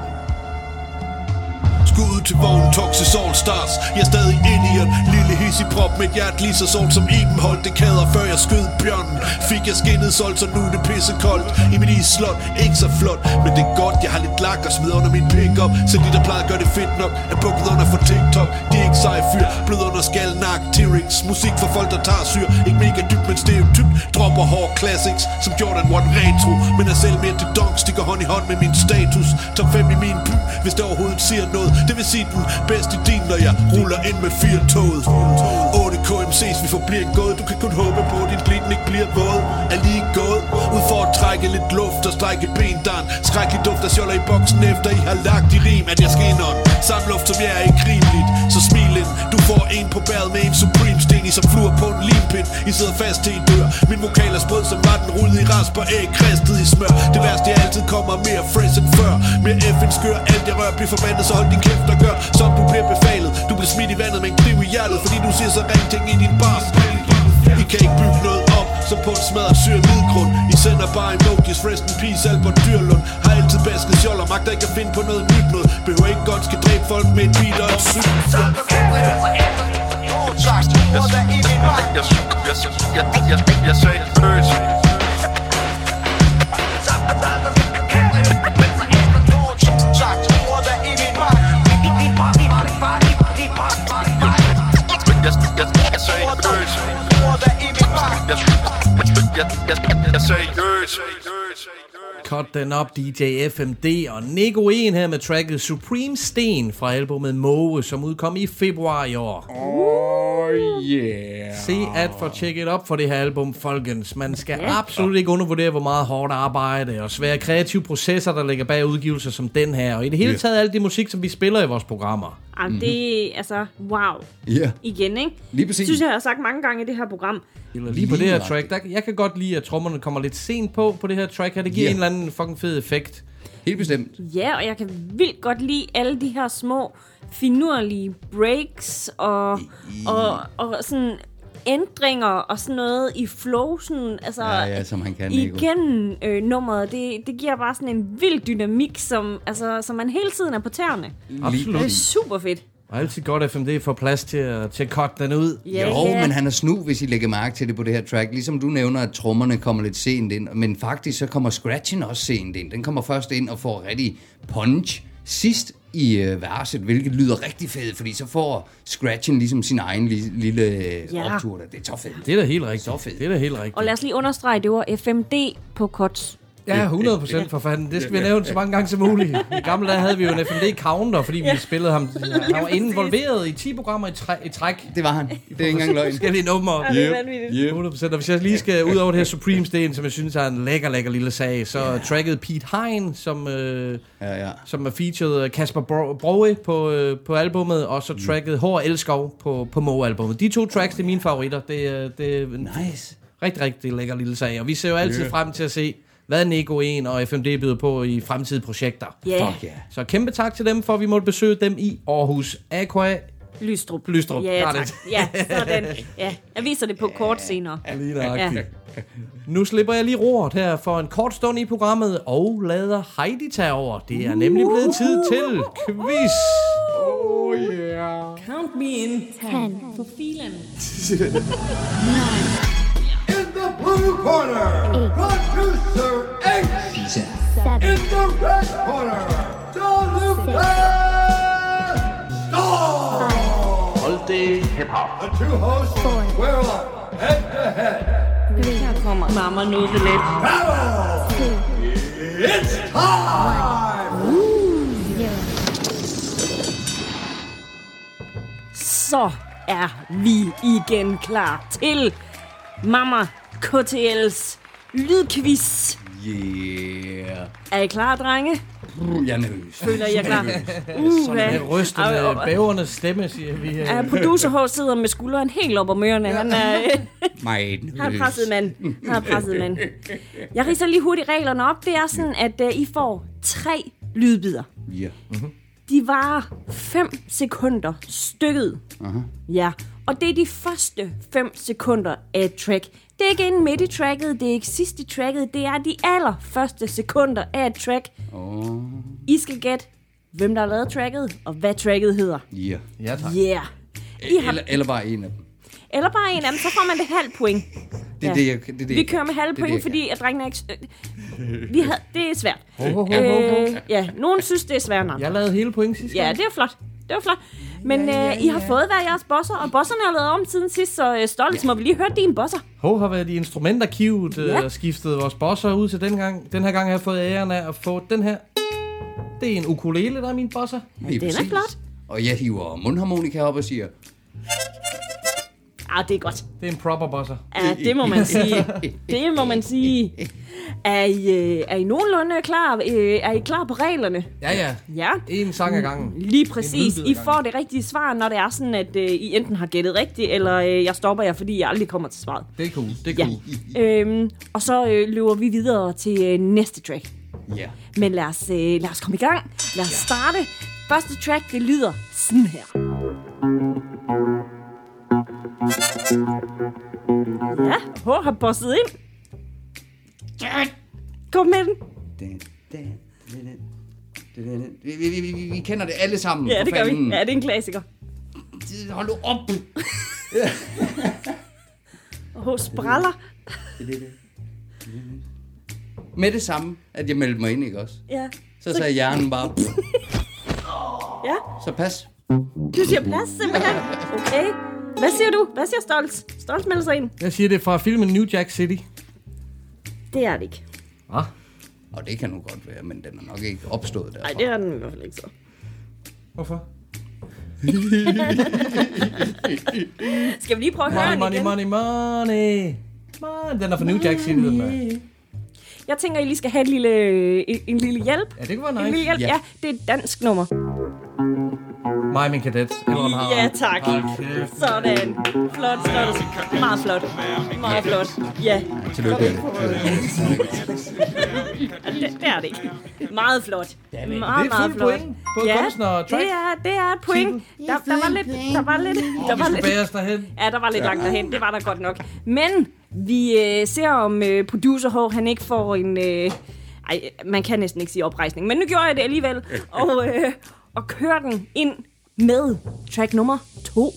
S8: Skud til vognen, Toxic All Stars. Jeg er stadig idiot, lille hissig prop med hjert lige så solgt som Iben holdt det kader, før jeg skød bjørnen. Fik jeg skinnet solgt, så nu er det pissekoldt. I mit isslot, ikke så flot, men det er godt, jeg har lidt lak og smider under min pick-up. Så de der plejede gør det fedt nok, er bukket under for TikTok. De er ikke seje fyr, blød under skal, nak, T-Rex. Musik for folk, der tager syr, ikke mega dybt, men stereotypt. Dropper hård classics, som Jordan One retro. Men er selv mere til dunk, stikker hånd i hånd med min status. Top fem i min by, hvis der overhovedet siger noget. Det vil sige den bedste din, når jeg ruller ind med fire toget. otte K M C's, vi forbliver gået. Du kan kun håbe på, at din gliden ikke bliver våd. Er lige gået ud for at trække lidt luft og strække ben, der en skrækkelig duft, der sjoller i boksen efter I har lagt i rim. At jeg skinner samme luft, som jeg er ikke rimeligt. Så smil ind, du får en på bæret med en Supreme Sten i som fluer på en limpind. I sidder fast til I dør. Min vokal er sprød som var den rullet i rasp og æg kristet i smør. Det værste jeg altid kommer mere fresh end før. Mere F end skør, alt jeg rør bliver forbandet, så hold din kæft og gør, som du bliver befalet. Du bliver smidt i vandet med en kniv i hjertet, fordi du siger så ring ting i din bars. I kan ikke bygge noget op, som på en smadret syrevidgrund. I sender bare emojis, rest in peace, Albert Dyrlund. Har altid basket skjolder, magter ikke at finde på noget nyt noget. Behøver ikke godt skal dræbe folk med et beat og et syg.
S14: Jeg sagde følelse.
S5: Cut den op, D J F M D og Nico en her med tracket Supreme Sten fra albumet Måge, som udkom i februar i år.
S4: Oh yeah.
S5: Se at få tjekket op for det her album, folkens. Man skal
S3: Ja.
S5: absolut ikke undervurdere, hvor meget hårdt arbejde og svære kreative processer, der ligger bag udgivelser som den her. Og i det hele taget alt det musik, som vi spiller i vores programmer.
S3: Jamen, det er altså, wow.
S4: Ja.
S3: Igen, ikke?
S4: Lige præcis.
S3: Synes jeg, jeg har sagt mange gange i det her program.
S5: Eller lige på det her track, der, jeg kan godt lide, at trommerne kommer lidt sent på, på det her track her. Det giver
S4: Ja.
S5: en eller anden fucking fed effekt.
S4: Helt bestemt.
S3: Ja, og jeg kan vildt godt lide alle de her små, finurlige breaks og, og, og sådan ændringer og sådan noget i flow, sådan, altså
S4: Ja, ja, som han kan, Nico.
S3: igennem øh, nummeret. Det, det giver bare sådan en vild dynamik, som, altså, som man hele tiden er på tæerne.
S5: Absolut.
S3: Det er super fedt.
S5: Og altid godt, at F M D får plads til at, til at cut den ud.
S3: Ja,
S4: jo,
S3: ja.
S4: men han er snu, hvis I lægger mærke til det på det her track. Ligesom du nævner, at trommerne kommer lidt sent ind. Men faktisk så kommer scratchen også sent ind. Den kommer først ind og får rigtig punch sidst i øh, verset, hvilket lyder rigtig fedt, fordi så får scratchen ligesom sin egen li- lille øh,
S3: Ja.
S4: optur. Der. Det er så fedt.
S5: Det er da helt rigtigt.
S4: Så fedt.
S5: Det er da helt rigtigt.
S3: Og lad os lige understrege, det var F M D på cuts.
S5: Ja, hundrede procent for fanden. Det skal vi have nævnt så mange gange som muligt. I gamle dage havde vi jo en F M D-counter, fordi vi ja. spillede ham. Han var involveret i ti programmer i, træ, i træk.
S4: Det var han. Det er ikke engang løgn.
S5: Forskellige numre.
S3: Ja, det er vanvittigt.
S4: Yep.
S5: hundrede procent. Og hvis jeg lige skal ud over det her Supreme Sten, som jeg synes er en lækker, lækker lille sag, så yeah. tracket Pete Hein, som, øh,
S4: Ja, ja.
S5: som er featured Kasper Bro- Broe på, øh, på albummet, og så tracket H R Elskov på, på Mo-albummet. De to tracks, det er mine favoritter. Det, er- det er en
S4: Nice.
S5: rigtig, rigtig lækker lille sag. Og vi ser jo altid
S4: Yeah.
S5: frem til at se, hvad Nico en og F M D byder på i fremtidige projekter.
S3: Ja.
S4: Fuck yeah.
S5: Så kæmpe tak til dem, for at vi måtte besøge dem i Aarhus. A K A
S3: Lystrup.
S5: Lystrup,
S3: Ja,
S5: got
S3: tak.
S5: it.
S3: Ja, sådan. Ja, jeg viser det på kort senere.
S5: Lige nøjagtigt. Nu slipper jeg lige roret her for en kort stund i programmet, og lader Heidi tage over. Det er nemlig blevet tid til quiz.
S3: Oh yeah. Count me in. ten. For filen.
S15: In the blue corner, producer X. Seven. In the red corner, Deluxe Star.
S14: Hold det hip-hop.
S15: The two hosts square up, head to head.
S3: Her kommer Mamma nu det lidt.
S15: Battle! It's time!
S3: Så er vi igen klar til Mamma K T L's lydquiz.
S4: Yeah.
S3: Er I klar, drenge?
S4: Jeg er nervøs.
S3: Føler I er klar?
S5: Sådan en rystende, bævernes stemme, siger vi.
S3: Ja, producer H sidder med skulderen helt op om ørerne. Han er,
S4: Meget
S3: han er presset mand. Han er presset mand. Jeg ridser lige hurtigt reglerne op. Det er sådan, at uh, I får tre lydbider.
S4: Ja.
S3: Mm-hmm. De varer fem sekunder stykket.
S4: Aha.
S3: Ja, og det er de første fem sekunder af et track. Det er ikke inde midt i tracket, det er ikke sidst i tracket, det er de allerførste sekunder af et track.
S4: Oh.
S3: I skal gætte, hvem der har lavet tracket, og hvad tracket hedder.
S4: Ja.
S5: Ja, tak.
S3: Yeah. I har...
S4: Eller, eller bare en af dem.
S3: Eller bare en af dem, så får man det halv point.
S4: Det er
S3: ja.
S4: det, jeg, det, er det,
S3: Vi kører med halv point, fordi at drengene ikke... Vi havde... Det er svært.
S5: Ho, ho, ho,
S3: øh, ja, nogen synes, det er svært nok.
S5: Jeg lavede hele point sidste
S3: Ja,
S5: gang.
S3: det er flot. Det var flot. Men ja, ja, ja. Øh, I har fået hver jeres bosser, og bosserne er lavet om siden sidst, så øh, stolt, ja. Må vi lige høre dine bosser.
S5: Ho har været i instrumentarkivet og
S3: Ja.
S5: øh, skiftet vores bosser ud til den gang. Den her gang har jeg fået æren af at få den her. Det er en ukulele, der er min bosser.
S3: Ja, den er flot.
S4: Og jeg hiver mundharmonika op og siger...
S3: Ah, det er godt.
S5: Det er en proper bosser.
S3: Ja, det må man sige. Det må man sige. Er I, øh, er I nogenlunde klar? Øh, er I klar på reglerne?
S5: Ja, ja.
S3: Ja.
S5: En sang ad gangen.
S3: Lige præcis.
S5: En
S3: I får det rigtige svar, når det er sådan, at øh, I enten har gættet rigtigt, eller øh, jeg stopper jer, fordi jeg aldrig kommer til svaret.
S5: Det er cool. Det er cool.
S3: Ja. Øhm, og så øh, løber vi videre til øh, næste track.
S4: Ja.
S3: Men lad os, øh, lad os komme i gang. Lad os starte. Første track, det lyder sådan her. Ja, H har bosset ind. Kom med den.
S4: Vi, vi, vi, vi, vi kender det alle sammen.
S3: Ja,
S4: for
S3: det gør vi.
S4: fanden.
S3: Ja, det er en klassiker.
S4: Hold nu op.
S3: Og H spræller.
S4: Med det samme, at jeg meldte mig ind, ikke også?
S3: Ja.
S4: Så sagde hjernen bare...
S3: Ja.
S4: Så pas.
S3: Du siger plads, simpelthen. Okay. Hvad siger du? Hvad siger Stolz? Stolz melder sig ind.
S5: Jeg siger det fra filmen New Jack City.
S3: Det er det ikke.
S5: Hvad?
S4: Og det kan nu godt være, men den er nok ikke opstået derfra.
S3: Nej, det er den i hvert fald ikke så.
S5: Hvorfor?
S3: Skal vi lige prøve at høre
S5: Money,
S3: den
S5: money,
S3: igen?
S5: money, money. Man, den er fra New Jack City, den der.
S3: Jeg tænker, I lige skal have en lille, en, en lille hjælp.
S5: Ja, det kunne være nice.
S3: En lille hjælp, ja.
S5: Ja.
S3: ja. Det er et dansk nummer.
S5: Mig, min kadet.
S3: Ja, tak. Sådan. Flot, flot. Meget flot. Meget flot. Ja.
S4: Tillykke.
S3: Det, det er det ikke. Meget flot. Meget,
S5: det er
S3: meget
S5: fuld
S3: flot.
S5: point på
S3: ja,
S5: kunstner og track.
S3: det er, det er et point. Der, der var lidt... Der var lidt... Der
S5: Vi
S3: var
S5: skal
S3: lidt
S5: bære os derhen.
S3: ja, der var lidt langt derhen. Det var der godt nok. Men vi øh, ser om øh, producer H, han ikke får en... Øh, ej, man kan næsten ikke sige oprejsning. Men nu gjorde jeg det alligevel. Og, øh, og kører den ind med track nummer to.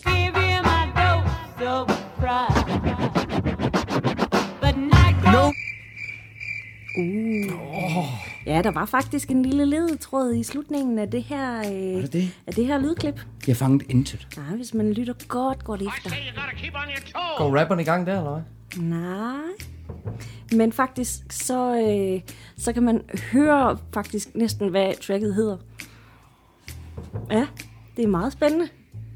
S15: No.
S3: Uh. Ja, der var faktisk en lille ledetråd i slutningen af det her, øh,
S4: det det?
S3: af det her lydklip.
S4: Jeg fangede intet.
S3: Nej, hvis man lytter godt, godt efter.
S5: Går rapperen i gang der, eller hvad?
S3: Nej. Men faktisk, så, øh, så kan man høre faktisk næsten, hvad tracket hedder. Ja, det er meget spændende.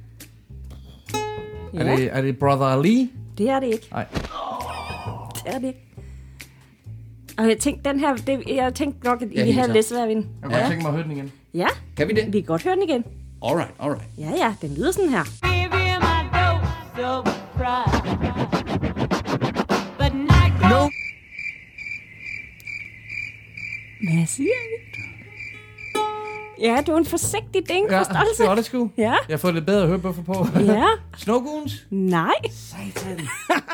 S3: Ja,
S5: Er det, er det Brother Ali?
S3: det er det ikke.
S5: Nej.
S3: Det er det ikke. Og jeg tænkte, den her, det, jeg tænkte nok, at I
S4: Jeg
S3: ville have
S4: hilser.
S3: lidt svært ved den.
S5: Jeg kan godt tænke mig at høre den igen.
S3: Ja,
S4: Kan vi det?
S3: vi kan godt høre den igen.
S4: Alright, alright.
S3: Ja, ja, den lyder sådan her.
S15: No.
S3: Hvad siger I? Ja, du er en forsigtig ding,
S5: Ja,
S3: forståelse.
S5: det var det sgu.
S3: Ja.
S5: Jeg har fået lidt bedre hørebøffer på.
S3: Ja.
S5: Snowgoons?
S3: Nej.
S5: Satan.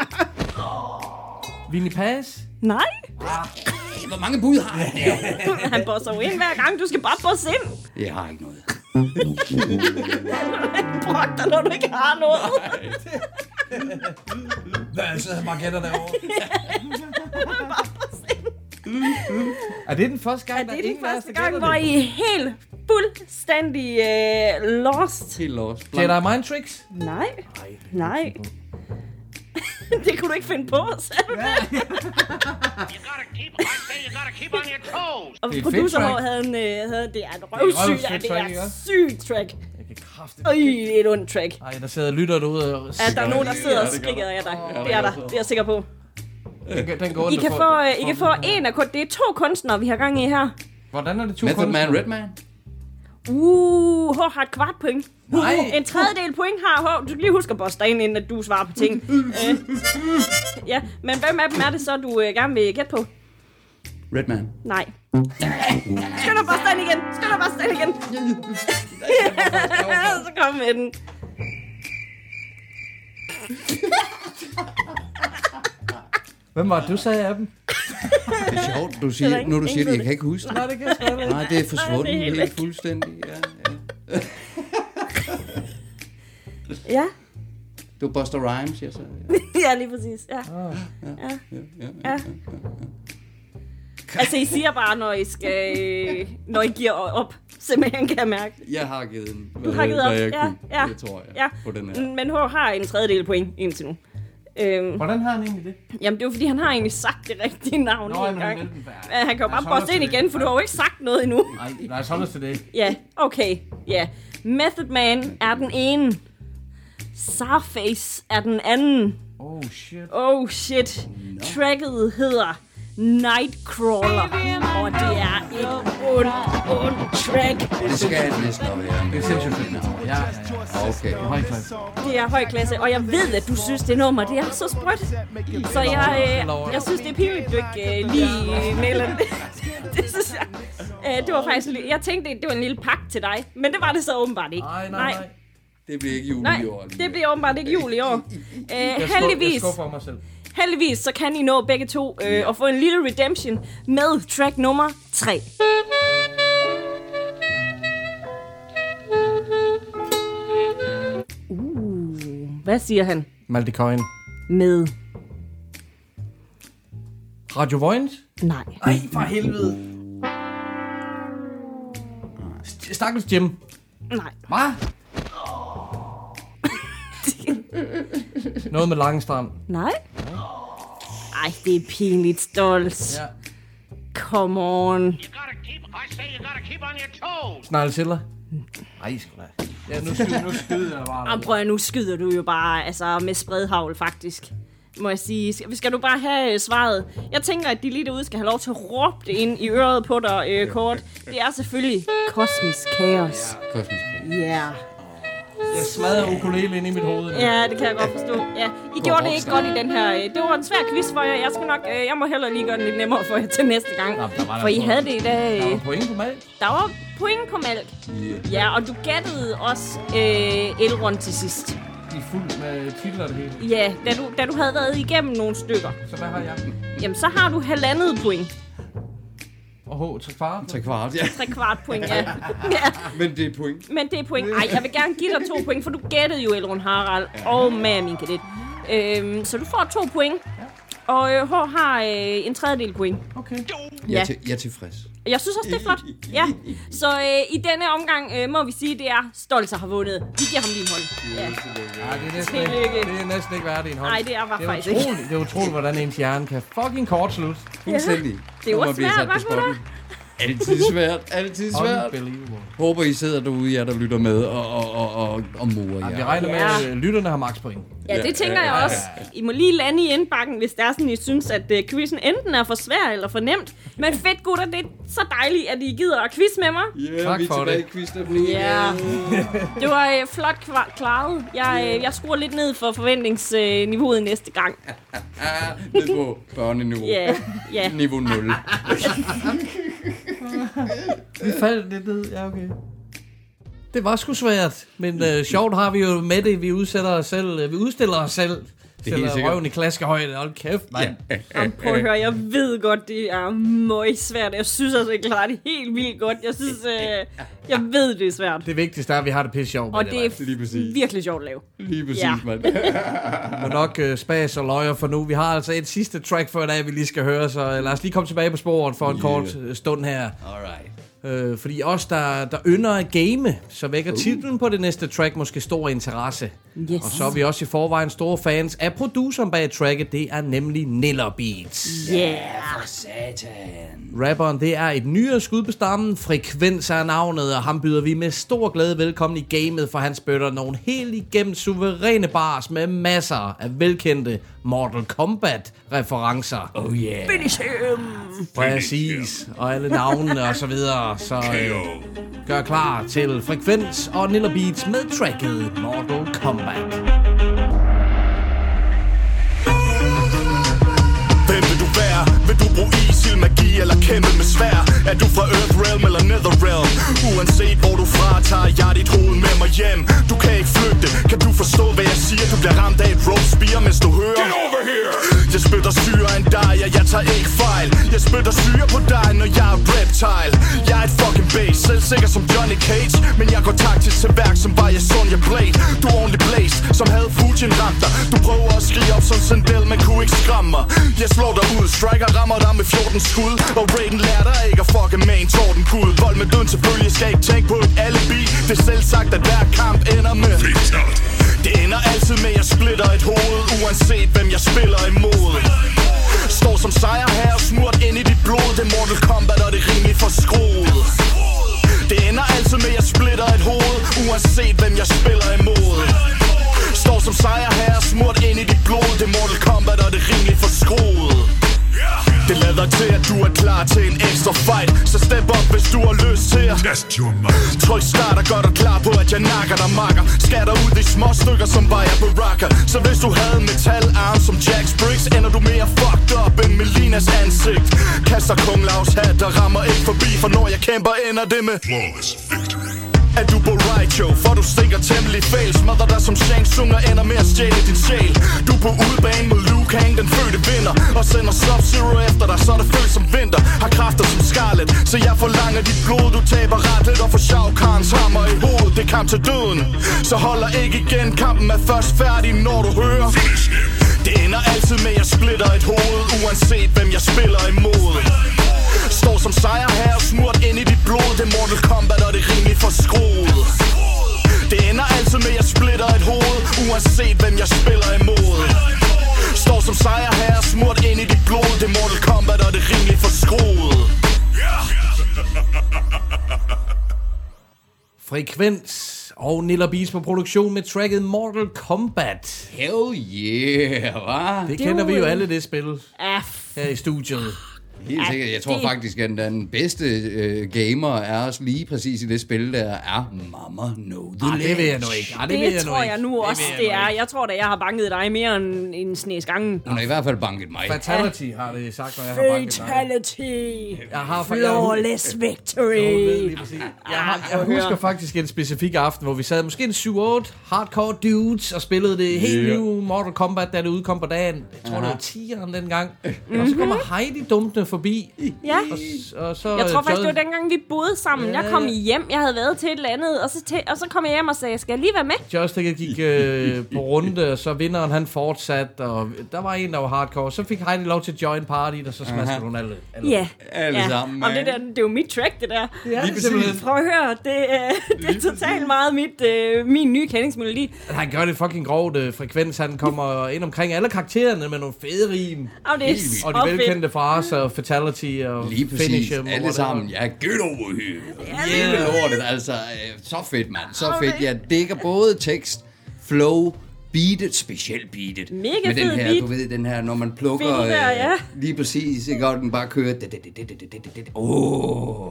S5: Winnie Pass?
S3: Nej.
S4: Ah, hvor mange bud har han?
S3: Han bosser jo ind hver gang. Du skal bare bosse ind.
S4: Jeg har ikke noget.
S3: Brok dig, når du ikke har noget.
S5: Hvad sidder han bare gætter derovre? Er det den første gang,
S3: er
S5: der
S3: det
S5: ingen
S3: den
S5: af os,
S3: første
S5: der
S3: gang,
S5: gætter
S3: hvor
S5: det?
S3: I er helt fuldstændig uh, lost?
S4: Helt lost.
S5: Jedi Mind Tricks?
S3: Nej. Nej. Det kunne du ikke finde på, sagde du det? Og
S5: Det er et fedt
S3: producerhår
S5: track.
S3: havde en, øh, havde, det er en
S5: Det er
S3: røvsyg,
S5: et
S3: ja,
S5: fedt
S3: det
S5: track,
S3: er
S5: ikke?
S3: et sygt track.
S5: Jeg kan kraftigt.
S3: Øj, det er et ondt track.
S5: Ej, der sidder lytter derude og...
S3: Ja, der er nogen, der sidder og
S5: Ja, det gør
S3: skriger
S5: der.
S3: af dig.
S5: Ja,
S3: Det er der,
S5: gør
S3: det er jeg sikker på.
S5: Den, den går
S3: I
S5: ondt
S3: kan
S5: at
S3: få, øh, I kan få en af kun... Det er to kunstnere, vi har gang i her.
S5: Hvordan er det to
S4: Method
S5: kunstnere?
S4: Man, Redman.
S3: Uh, H har et kvart point.
S5: Nej.
S3: Uh, en tredjedel point har H. Du skal lige huske at bosse dig ind, inden at du svarer på ting. uh, ja, men hvem af dem er det så, du uh, gerne vil gætte på?
S4: Redman.
S3: Nej. Skynd dig bosse dig ind igen. Skynd dig bosse dig ind igen. Så kom med den.
S5: Hvem var det, du sagde af dem?
S4: Det er sjovt, du
S3: Det er
S4: siger,
S3: der
S4: nu du
S3: ingen,
S4: siger det,
S3: ingen
S4: jeg kan ikke huske det.
S5: Nej, det kan jeg sgu ikke.
S4: Nej, det er forsvundet
S3: Nej, det er helt
S4: helt
S3: væk.
S4: fuldstændig. Ja, ja.
S3: Ja.
S4: Det var Buster Rhymes, jeg sagde.
S3: Ja, lige præcis. Ja.
S4: Ja,
S3: Ja.
S4: ja, ja,
S3: Ja.
S4: ja.
S3: Altså, I siger bare, når I skal... Når I giver op. Simpelthen kan jeg mærke.
S4: Jeg har givet den,
S3: Du har givet op.
S4: hvad jeg
S3: Ja,
S4: kunne.
S3: ja.
S4: Det tror jeg,
S3: Ja.
S4: på den her.
S3: Men H har en tredjedel point indtil nu. Øhm,
S5: Hvordan har han egentlig det?
S3: jamen, det er jo fordi, han har egentlig sagt det rigtige navn
S5: Nå,
S3: en
S5: men
S3: gang.
S5: vel,
S3: Ja, han kan jo
S5: lad os
S3: bare
S5: holde
S3: bosse
S5: os
S3: ind
S5: til det.
S3: igen, for du har jo ikke sagt noget endnu.
S5: Nej, lad os holde os til det.
S3: Ja, okay. Ja. Method Man er den ene. Sarface er den anden.
S5: Oh shit.
S3: Oh shit. No. Tracket hedder Nightcrawler. Og det er et ondt, ondt track.
S4: Det skal det næsten også være.
S5: Det er sindssygt fedt. Ja, ja, ja.
S4: Okay.
S5: Høj klasse.
S3: Det er høj klasse, og jeg ved, at du synes, det nummer det er så sprødt. Så jeg, øh, jeg synes, det er pinligt, du ikke øh, lige nailer det. Det synes jeg. Øh, det var faktisk, en lille- jeg tænkte, det var en lille pakke til dig, men det var det så åbenbart ikke.
S5: Nej, nej, nej.
S4: Det bliver ikke jul
S3: Nej,
S4: i år.
S3: det bliver åbenbart ikke jul i år. Øh,
S5: Jeg skuffer-
S3: heldigvis,
S5: Jeg skuffer mig selv.
S3: heldigvis, så kan I nå begge to øh, og få en lille redemption med track nummer tre. Uh, hvad siger han?
S5: Malte Coyne.
S3: Med?
S5: Radio Voins?
S3: Nej.
S5: Ej, for helvede. St- Stakkels Jim.
S3: Nej.
S5: Hvad? Noget med Langestrand.
S3: Nej. Ej, det er pinligt stolt.
S5: Ja.
S3: Come on.
S5: Snarlesiller. Ej, sgu da. Ja, nu skyder, nu skyder jeg bare.
S3: Og prøv at, nu skyder du jo bare altså, med spredhavl, faktisk. Må jeg sige. Skal, skal du bare have øh, svaret? Jeg tænker, at de lige derude skal have lov til at råbe det ind i øret på dig, øh, Kort. Det er selvfølgelig kosmisk kaos.
S4: Kosmisk
S3: Ja. Yeah.
S5: Jeg smadrer ukulele ind i mit hoved.
S3: Ja, det kan jeg godt forstå. Ja, I gjorde det ikke godt i den her. øh, Det var en svær quiz for jer. Jeg skal nok, øh, jeg må hellere lige gøre den lidt nemmere for jer til næste gang.
S5: Nå, der var der
S3: For I
S5: point.
S3: havde det i dag.
S5: Der var point på mig.
S3: Der var point på Malk.
S4: Yeah.
S3: Ja, og du gættede også øh, Elrond til sidst.
S5: De er fuldt med titler det hele.
S3: Ja, da du, da du havde været igennem nogle stykker.
S5: Så hvad har jeg?
S3: Jamen, så har du halvandet point.
S5: Og H, tre kvart.
S4: Tre kvart, ja.
S3: Tre kvart point, ja. Ja.
S4: Men det er point.
S3: Men det er point. Ej, jeg vil gerne give dig to point, for du gættede jo Elrond Harald og med min kadet. Øhm, så du får to point. Og øh, H har øh, en tredjedel point.
S5: Okay.
S4: Jeg
S3: Ja.
S4: er, til, jeg er tilfreds.
S3: Jeg synes også, det er flot. Ja. Så øh, i denne omgang øh, må vi sige, at det er Stolz, der har vundet. Vi giver ham lige en hånd. Ja.
S5: Ja, det er næsten,
S3: Tillykke.
S5: ikke, det er næsten ikke værd i en hånd.
S3: Nej, det er bare
S5: det er
S3: faktisk ikke.
S5: utroligt, Det er utroligt, hvordan ens hjerne kan fucking kortslutte.
S4: Fuldstændig.
S3: Det er jo
S4: Når man
S3: også
S4: bliver
S3: svært,
S4: sat på
S3: hvad for
S4: spotten. Altid svært, altid svært.
S5: Unbelievable.
S4: Håber, I sidder derude, jer der lytter med og, og, og, og, og morer
S5: Ja,
S4: jer.
S5: vi regner med,
S3: Ja.
S5: at øh, lytterne har max point.
S3: Ja, det tænker jeg også. I må lige lande i indbakken, hvis det er sådan, I synes, at uh, quizzen enten er for svær eller for nemt. Men fedt, gutter, det er så dejligt, at I gider at quiz med mig.
S4: Yeah,
S5: Tak
S4: vi er
S5: for
S4: tilbage
S5: det.
S4: i quiz-stemningen.
S3: Ja. Det var uh, flot kva- klaret. Jeg, uh, jeg skruer lidt ned for forventningsniveauet uh, næste gang.
S4: Ah, ned på børneniveau.
S3: Ja, ja.
S4: Niveau nul.
S5: Vi faldt lidt ned, ja okay. Det var sgu svært, men øh, sjovt har vi jo med det. Vi udsætter os selv, vi udstiller os selv. Stiller røven i klaskehøjde. Hold kæft, mand.
S3: Ja. Jamen, prøv at høre, jeg ved godt, det er møg svært. Jeg synes altså, jeg klarer det helt vildt godt. Jeg synes, øh, jeg ved, det er svært.
S5: Det vigtigste er, at vi har det pisse sjovt med
S3: og
S5: det.
S3: Og det er virkelig sjovt at lave.
S4: Lige præcis,
S3: ja.
S4: mand.
S5: Men nok uh, spas og løjer for nu. Vi har altså et sidste track for i dag, vi lige skal høre. Så lad os lige komme tilbage på sporet for en yeah. kort stund her.
S4: Alright.
S5: Øh, fordi os, der, der ynder at game, så vækker uh. titlen på det næste track måske stor interesse.
S3: Yes.
S5: Og så er vi også i forvejen store fans af produceren bag tracket. Det er nemlig Nillerbeats.
S3: Yeah,
S4: for satan.
S5: Rapperen, det er et nyere skud på stammen. Frekvens er navnet, og ham byder vi med stor glæde velkommen i gamet, for han spytter nogle helt igennem suveræne bars med masser af velkendte Mortal Kombat-referencer.
S4: Oh yeah.
S3: Finish him!
S5: Præcis. Og alle navnene og så videre. Så øh, gør klar til Frekvens og Nillerbeats med tracket Mortal Kombat.
S8: Hvem vil du være? Vil du bruge isil, magi eller kæmpe med svær? Er du fra Earthrealm eller Netherrealm? Uanset hvor du fra, tager jeg dit hoved med mig hjem. Du kan ikke flygte, kan du forstå hvad jeg siger? Du bliver ramt af et rope spear, mens du hører Get over here! Jeg spytter syre end dig, og jeg tager ikke fejl. Jeg spytter syre på dig, når jeg er reptile. Jeg er et fucking base, selvsikker som Johnny Cage. Men jeg går taktisk til værk, som var jeg Sonja Blade. Du er ordentlig blæst, som havde Fujin ramt dig. Du prøver at skrige op som Sindel, men kunne ikke skræmme mig. Jeg slår dig ud, striker rammer dig med fjorten skud. Og Raiden lærer dig ikke at fucking med en tordengud. Vold med døden selvfølgelig, skal ikke tænke på et alibi. Det er selv sagt, at hver kamp ender med det ender altid med, at jeg splitter et hoved. Uanset hvem jeg spiller imod. Står som sejr her og smurt ind i dit blod. Det er Mortal Kombat, og det er rimelig for skruet. Det ender altid med, at jeg splitter et hoved. Uanset hvem jeg spiller imod. Står som sejr her og smurt ind i dit blod. Det er Mortal Kombat, og det er rimelig for skruet. Det lader til, at du er klar til en ekstra fight. Så step op, hvis du har lyst til at test your mind. Tryk start og gør dig klar på, at jeg nakker dig makker. Skatter ud i små stykker som Baja Baraka. Så hvis du havde metalarm som Jack Briggs, ender du mere fucked up end Melinas ansigt. Kaster Kung Laos hat, der rammer ikke forbi. For når jeg kæmper, ender det med flawless victory. Er du på right, Joe? For du stinker temmelig fail. Smadrer dig som Shang Tsung og ender med at stjæle din sjæl. Du er på udebane mod Liu Kang, den fødte vinder. Og sender Sub-Zero efter dig, så er det følt som vinter. Har kræfter som Scarlet, så jeg forlanger dit blod. Du taber ret lidt og får Shao Kahns hammer i hovedet. Det er kamp til døden, så holder ikke igen. Kampen er først færdig, når du hører det ender altid med, at jeg splitter et hoved. Uanset hvem jeg spiller imod. Står som sejr her og smurt ind i dit blod. Det er Mortal Kombat, og det er rimelig for skruet. Det ender altid med, at jeg splitter et hoved. Uanset hvem jeg spiller imod. Står som sejr her og smurt ind i dit blod. Det er Mortal Kombat, og det er rimelig for skruet.
S5: Frekvens og Nillerbeats på produktion med tracket Mortal Kombat.
S4: Hell yeah, hva'?
S5: Det kender vi jo alle, det spil her i studiet.
S4: Helt sikkert. Jeg tror faktisk, at den bedste øh, gamer er også lige præcis i det spil, der er Mama Know The
S5: Ledge. Det ved jeg nu ikke.
S3: Arh, det det jeg tror jeg nu også, det, det er. Jeg tror da, jeg har banket dig mere end en snes gange.
S4: Hun har i hvert fald banket mig.
S5: Fatality har det sagt, når jeg har banket dig.
S3: Fatality.
S5: Jeg har
S3: Flawless victory.
S5: Jeg, har, jeg husker faktisk en specifik aften, hvor vi sad måske en syv otte hardcore dudes og spillede det helt yeah. nye Mortal Kombat, da det udkom på dagen. Jeg tror, Aha. det var tieren dengang. Mm-hmm. Og så kommer Heidi dumpende forbi.
S3: Ja.
S5: Og, og så,
S3: jeg tror faktisk, det var dengang, vi boede sammen. Ja, jeg kom hjem, jeg havde været til et eller andet, og så, til, og så kom jeg hjem og sagde, skal jeg lige være med?
S5: Joysticket gik øh, på runde, og så vinderen han fortsat, og der var en, der var hardcore. Så fik Heidi lov til at join party, og så smaskede hun alle. alle.
S3: Ja,
S4: alle
S3: ja.
S4: sammen.
S3: Og det, der, det er jo mit track, det der.
S5: Ja, lige simpelthen.
S3: Prøv at høre, det, øh, det er totalt meget mit, øh, min nye kendingsmelodi.
S5: Han gør det fucking grovt. Øh, Frekvens, han kommer ind omkring alle karaktererne med nogle fede rim.
S3: Oh, det er
S5: og de velkendte fraser, og Fatality og
S4: lige præcis, finish him, alle sammen. Ja, get over here. Hele lortet, altså. Så fedt, mand. Så
S3: okay.
S4: fedt. Jeg dækker både tekst, flow, beatet, specielt beatet.
S3: Mega
S4: med den her,
S3: beat.
S4: du ved, den her, når man plukker
S3: der, ja.
S4: øh, lige præcis, ikke, og den bare kører. Åh,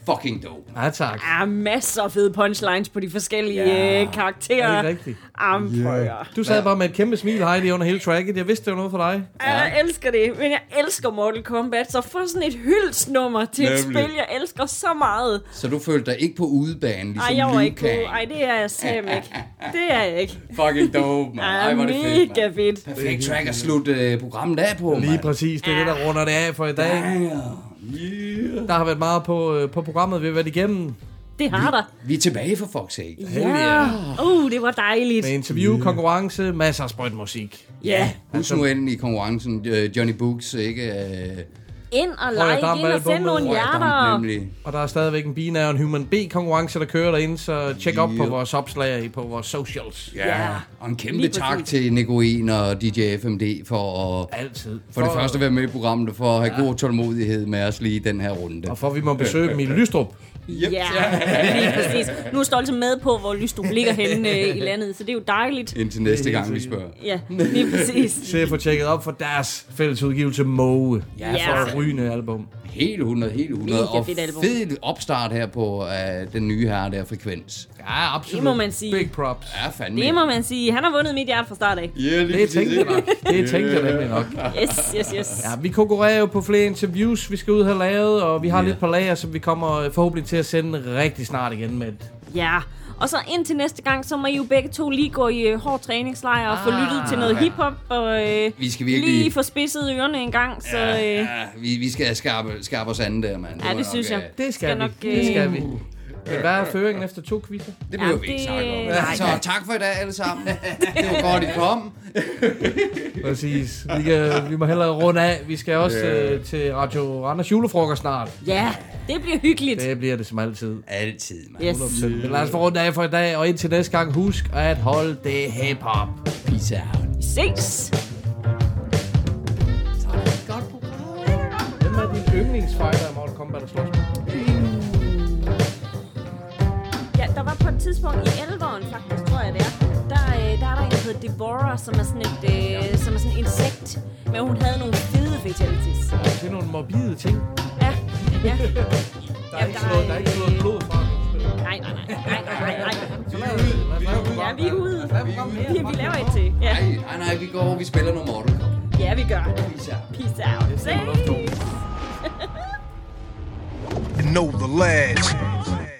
S4: fucking dope.
S5: Ja, tak.
S3: Ah, masser af fede punchlines på de forskellige
S4: Ja.
S3: øh, karakterer.
S5: Er det ikke rigtigt?
S3: Am, prøv at høre.
S5: Du sad bare med et kæmpe smil, Heidi, under hele tracket. Jeg vidste, det var noget for dig.
S3: Jeg elsker det, men jeg elsker Mortal Kombat, så få sådan et hyldstnummer til et
S4: Nemlig.
S3: spil, jeg elsker så meget.
S4: Så du følte dig ikke på udebane, ligesom
S3: Ej, jeg var
S4: Liu
S3: ikke
S4: Kang.
S3: god. Ej, det er jeg simpelthen ikke. Det er jeg ikke.
S4: Fucking dope, man. Ej, hvor er det fedt,
S3: Mega
S4: man.
S3: fedt.
S4: Perfekt track at slutte uh, programmet af på,
S5: Lige
S4: man.
S5: præcis, det er det, der runder det af for i dag.
S4: Yeah.
S5: Der har været meget på, øh, på programmet, vi har været igennem.
S3: Det har der.
S4: Vi er tilbage for fuck's sake.
S3: Ja. Uh, det var dejligt.
S5: Med interview, konkurrence, masser af sprøjtmusik.
S3: Ja.
S4: Husk nu endelig i konkurrencen, uh, Johnny Books, ikke? Uh,
S3: Ind og
S5: Royal
S3: like,
S5: Dump
S3: ind og
S5: albummet.
S3: send nogle
S4: Royal
S3: hjerter.
S4: Dump, nemlig.
S5: Og der er stadigvæk en Binær og en Human B-konkurrence, der kører derinde, så tjek op på
S4: Yep.
S5: vores opslag på vores socials.
S4: Ja,
S3: Ja.
S4: og en kæmpe
S3: Lige
S4: tak
S3: præcis.
S4: til Nicoen og D J F M D for at
S5: Altid.
S4: for det første at være med i programmet, og for at have god tålmodighed med os lige i den her runde.
S5: Og for at vi må besøge dem i Lystrup.
S3: Yep. Ja, lige præcis. Nu er Stolte med på, hvor Lystrup ligger henne øh, i landet, så det er jo dejligt.
S4: Indtil næste gang, vi spørger.
S3: Ja, lige præcis.
S5: Se at få tjekket op for deres fælles udgivelse Måge.
S4: Ja,
S3: Ja.
S5: For rygende album.
S4: Helt hundrede, helt hundrede.
S3: Mega
S4: Og
S3: fedt album.
S4: fed opstart her på uh, den nye her der Frekvens.
S5: Ja, absolut.
S3: Det må man sige.
S5: Big props.
S4: Ja, fandme.
S3: Det må man sige. Han har vundet mit hjerte fra start af.
S4: Yeah,
S5: Det tænkte jeg nok. Det tænkte jeg nemlig nok.
S3: Yes, yes, yes.
S5: Ja, vi konkurrerer jo på flere interviews, vi skal ud og have lavet, og vi har
S4: Ja.
S5: lidt på lager, som vi kommer forhåbentlig til at sende rigtig snart igen med.
S3: Ja, og så indtil næste gang, så må I jo begge to lige gå i øh, hård træningslejr og få lyttet til noget hiphop, og øh,
S4: Vi skal virkelig-
S3: lige få spidset ørerne en gang, så øh,
S4: Ja, vi, vi skal skærpe, skærpe os anden der, mand.
S3: ja,
S4: må
S3: det synes
S4: nok,
S3: jeg.
S4: øh,
S5: Det skal,
S3: Skal
S5: vi.
S3: nok,
S5: Det
S3: øh,
S5: skal vi. Men hvad er føringen efter to quizzer?
S4: Det behøver
S3: Ja,
S4: vi ikke
S3: det-
S4: snakke om.
S3: nej.
S4: Så tak for i dag alle sammen. Det var godt, I kom.
S5: Præcis. Vi, kan, vi må hellere runde af. Vi skal også øh, til Radio Randers julefrokost snart.
S3: ja, det bliver hyggeligt.
S5: Det bliver det som altid.
S4: Altid, mand.
S3: Yes.
S5: Men lad os få rundt af for i dag, og indtil næste gang, husk at holde det hip-hop.
S4: Peace out.
S3: Vi ses.
S5: Hvem er din yndlingsfighter i Mortal Kombat, der slås med?
S3: Ja, der var på et tidspunkt i elveren, faktisk, tror jeg det er. Der, øh, der er der en, der hedder Devora, som er sådan et, øh, som er sådan et insekt. Men hun havde nogle fede fatalities.
S5: Det er nogle morbide ting.
S3: Ja, ja.
S5: Der er ikke slået, der er ikke slået blod fra.
S3: Nej, nej, nej, nej, nej, nej.
S5: Så lad os lave et program.
S3: Ja, vi er ude. Vi, vi laver et til. Ja,
S4: Nej, nej, nej, vi går, vi spiller noget Mortal Kombat.
S3: ja vi gør.
S4: Peace out.
S3: Peace out.
S5: Det stemmer også to.
S2: And know the lads.